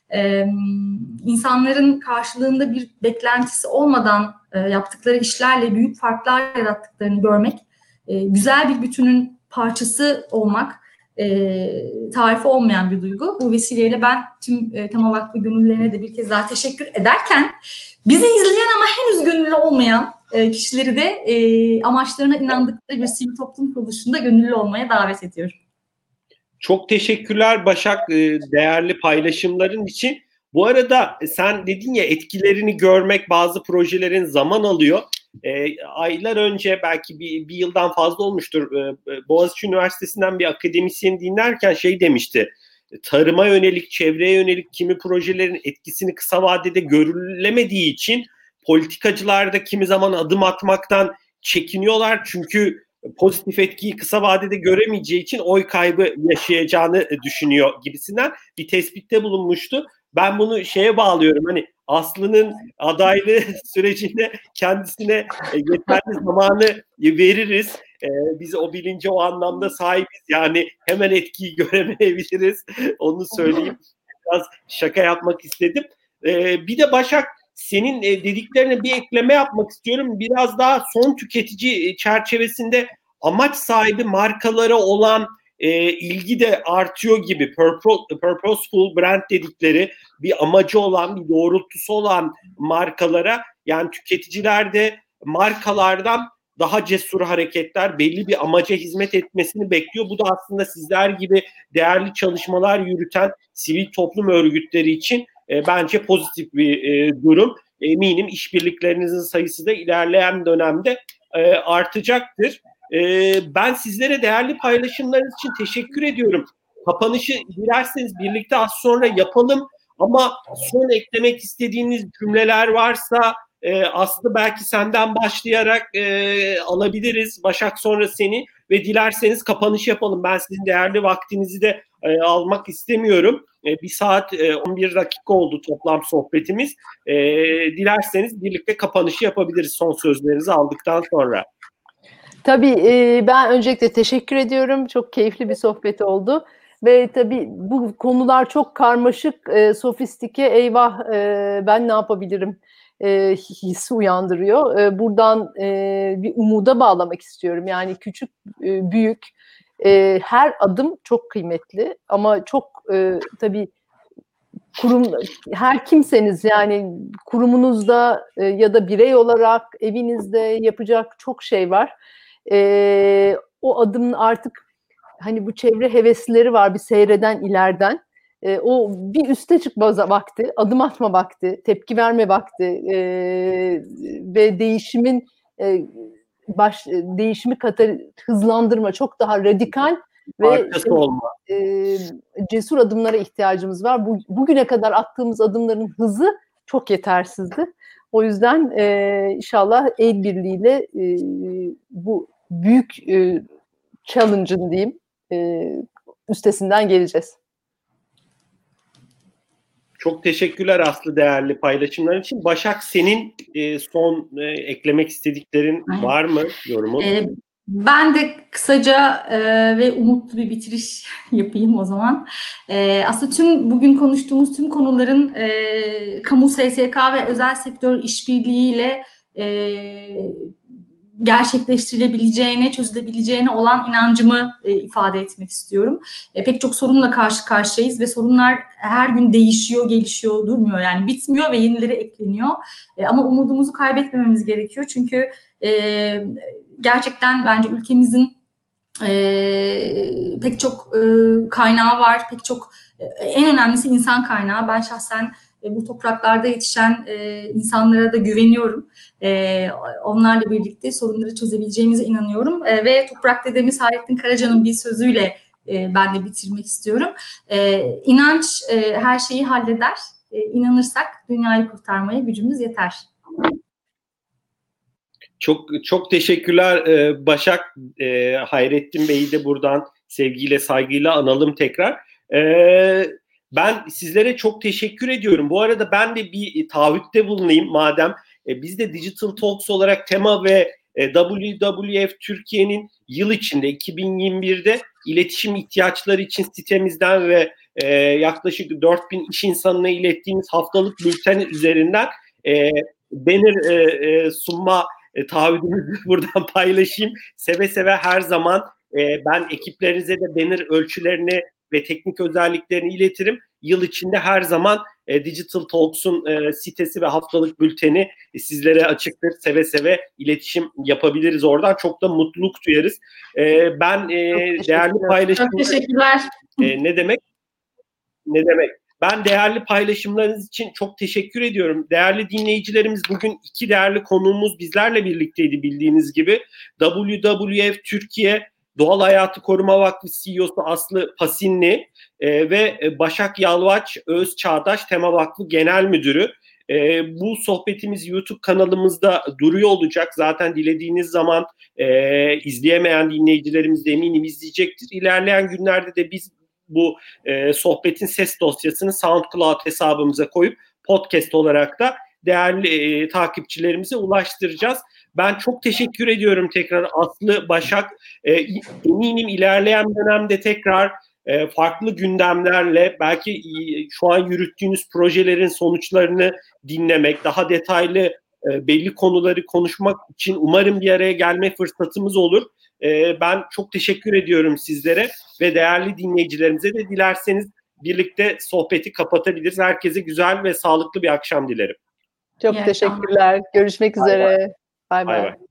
İnsanların karşılığında bir beklentisi olmadan yaptıkları işlerle büyük farklar yarattıklarını görmek, güzel bir bütünün parçası olmak tarifi olmayan bir duygu. Bu vesileyle ben tüm Tema Vakfı gönüllülerine de bir kez daha teşekkür ederken bizi izleyen ama henüz gönüllü olmayan kişileri de amaçlarına inandıkları bir sivil toplum kuruluşunda gönüllü olmaya davet ediyorum. Çok teşekkürler Başak, değerli paylaşımların için. Bu arada sen dedin ya, etkilerini görmek bazı projelerin zaman alıyor. Aylar önce, belki bir yıldan fazla olmuştur, Boğaziçi Üniversitesi'nden bir akademisyen dinlerken şey demişti. Tarıma yönelik, çevreye yönelik kimi projelerin etkisini kısa vadede görülemediği için politikacılar da kimi zaman adım atmaktan çekiniyorlar. Çünkü pozitif etkiyi kısa vadede göremeyeceği için oy kaybı yaşayacağını düşünüyor gibisinden bir tespitte bulunmuştu. Ben bunu şeye bağlıyorum, hani Aslı'nın adaylığı sürecinde kendisine yeterli zamanı veririz. Biz o bilince o anlamda sahibiz. Yani hemen etkiyi göremeyebiliriz. Onu söyleyeyim. Biraz şaka yapmak istedim. Bir de Başak, senin dediklerine bir ekleme yapmak istiyorum. Biraz daha son tüketici çerçevesinde amaç sahibi markalara olan ilgi de artıyor gibi. Purposeful brand dedikleri, bir amacı olan, bir doğrultusu olan markalara, yani tüketiciler de markalardan daha cesur hareketler, belli bir amaca hizmet etmesini bekliyor. Bu da aslında sizler gibi değerli çalışmalar yürüten sivil toplum örgütleri için bence pozitif bir durum. Eminim işbirliklerinizin sayısı da ilerleyen dönemde artacaktır. Ben sizlere değerli paylaşımlarınız için teşekkür ediyorum. Kapanışı dilerseniz birlikte az sonra yapalım. Ama son eklemek istediğiniz cümleler varsa Aslı, belki senden başlayarak alabiliriz. Başak, sonra seni, ve dilerseniz kapanış yapalım. Ben sizin değerli vaktinizi de almak istemiyorum. 1 saat 11 dakika oldu toplam sohbetimiz. Dilerseniz birlikte kapanışı yapabiliriz son sözlerinizi aldıktan sonra. Tabii, ben öncelikle teşekkür ediyorum. Çok keyifli bir sohbet oldu. Ve tabii bu konular çok karmaşık, sofistike, eyvah ben ne yapabilirim hissi uyandırıyor. Buradan bir umuda bağlamak istiyorum. Yani küçük, büyük, her adım çok kıymetli ama çok tabii her kimseniz, yani kurumunuzda ya da birey olarak evinizde yapacak çok şey var. O adımın artık, hani bu çevre hevesleri var, bir seyreden ileriden. O bir üste çıkma vakti, adım atma vakti, tepki verme vakti ve değişimi hızlandırma, çok daha radikal ve cesur adımlara ihtiyacımız var. Bugüne kadar attığımız adımların hızı çok yetersizdi. O yüzden inşallah el birliğiyle bu büyük challenge'ın diyeyim üstesinden geleceğiz. Çok teşekkürler Aslı, değerli paylaşımlar için. Başak, senin son eklemek istediklerin var mı, yorumun? Ben de kısaca ve umutlu bir bitiriş yapayım o zaman. Aslında bugün konuştuğumuz tüm konuların kamu, SSK ve özel sektör işbirliğiyle gerçekleştirilebileceğine, çözülebileceğine olan inancımı ifade etmek istiyorum. Pek çok sorunla karşı karşıyayız ve sorunlar her gün değişiyor, gelişiyor, durmuyor. Yani bitmiyor ve yenileri ekleniyor. Ama umudumuzu kaybetmememiz gerekiyor. Çünkü gerçekten bence ülkemizin pek çok kaynağı var, pek çok, en önemlisi insan kaynağı. Ben şahsen bu topraklarda yetişen insanlara da güveniyorum. Onlarla birlikte sorunları çözebileceğimize inanıyorum. Ve toprak dedemiz Hayrettin Karaca'nın bir sözüyle ben de bitirmek istiyorum. İnanç her şeyi halleder. İnanırsak dünyayı kurtarmaya gücümüz yeter. Çok teşekkürler Başak. Hayrettin Bey'i de buradan sevgiyle, saygıyla analım tekrar. Ben sizlere çok teşekkür ediyorum. Bu arada ben de bir taahhütte bulunayım madem. Biz de Digital Talks olarak Tema ve WWF Türkiye'nin yıl içinde 2021'de iletişim ihtiyaçları için sitemizden ve yaklaşık 4000 iş insanına ilettiğimiz haftalık bülten üzerinden banner sunma taahhüdümüzü buradan paylaşayım. Seve seve her zaman Ben ekiplerinize de banner ölçülerini ve teknik özelliklerini iletirim. Yıl içinde her zaman Digital Talks'un sitesi ve haftalık bülteni sizlere açıktır. Seve seve iletişim yapabiliriz oradan. Çok da mutluluk duyarız. Ben değerli paylaşımlar... Çok teşekkürler. Ne demek? Ne demek? Ben değerli paylaşımlarınız için çok teşekkür ediyorum. Değerli dinleyicilerimiz, bugün 2 değerli konuğumuz bizlerle birlikteydi bildiğiniz gibi. WWF Türkiye Doğal Hayatı Koruma Vakfı CEO'su Aslı Pasinli ve Başak Yalvaç Öz Çağdaş Tema Vakfı Genel Müdürü. Bu sohbetimiz YouTube kanalımızda duruyor olacak. Zaten dilediğiniz zaman izleyemeyen dinleyicilerimiz de eminim izleyecektir. İlerleyen günlerde de biz bu sohbetin ses dosyasını SoundCloud hesabımıza koyup podcast olarak da değerli takipçilerimize ulaştıracağız. Ben çok teşekkür ediyorum tekrar Aslı, Başak. Eminim ilerleyen dönemde tekrar farklı gündemlerle belki şu an yürüttüğünüz projelerin sonuçlarını dinlemek, daha detaylı belli konuları konuşmak için umarım bir araya gelme fırsatımız olur. Ben çok teşekkür ediyorum sizlere ve değerli dinleyicilerimize de dilerseniz birlikte sohbeti kapatabiliriz. Herkese güzel ve sağlıklı bir akşam dilerim. Çok teşekkürler. Görüşmek üzere. Bay bay.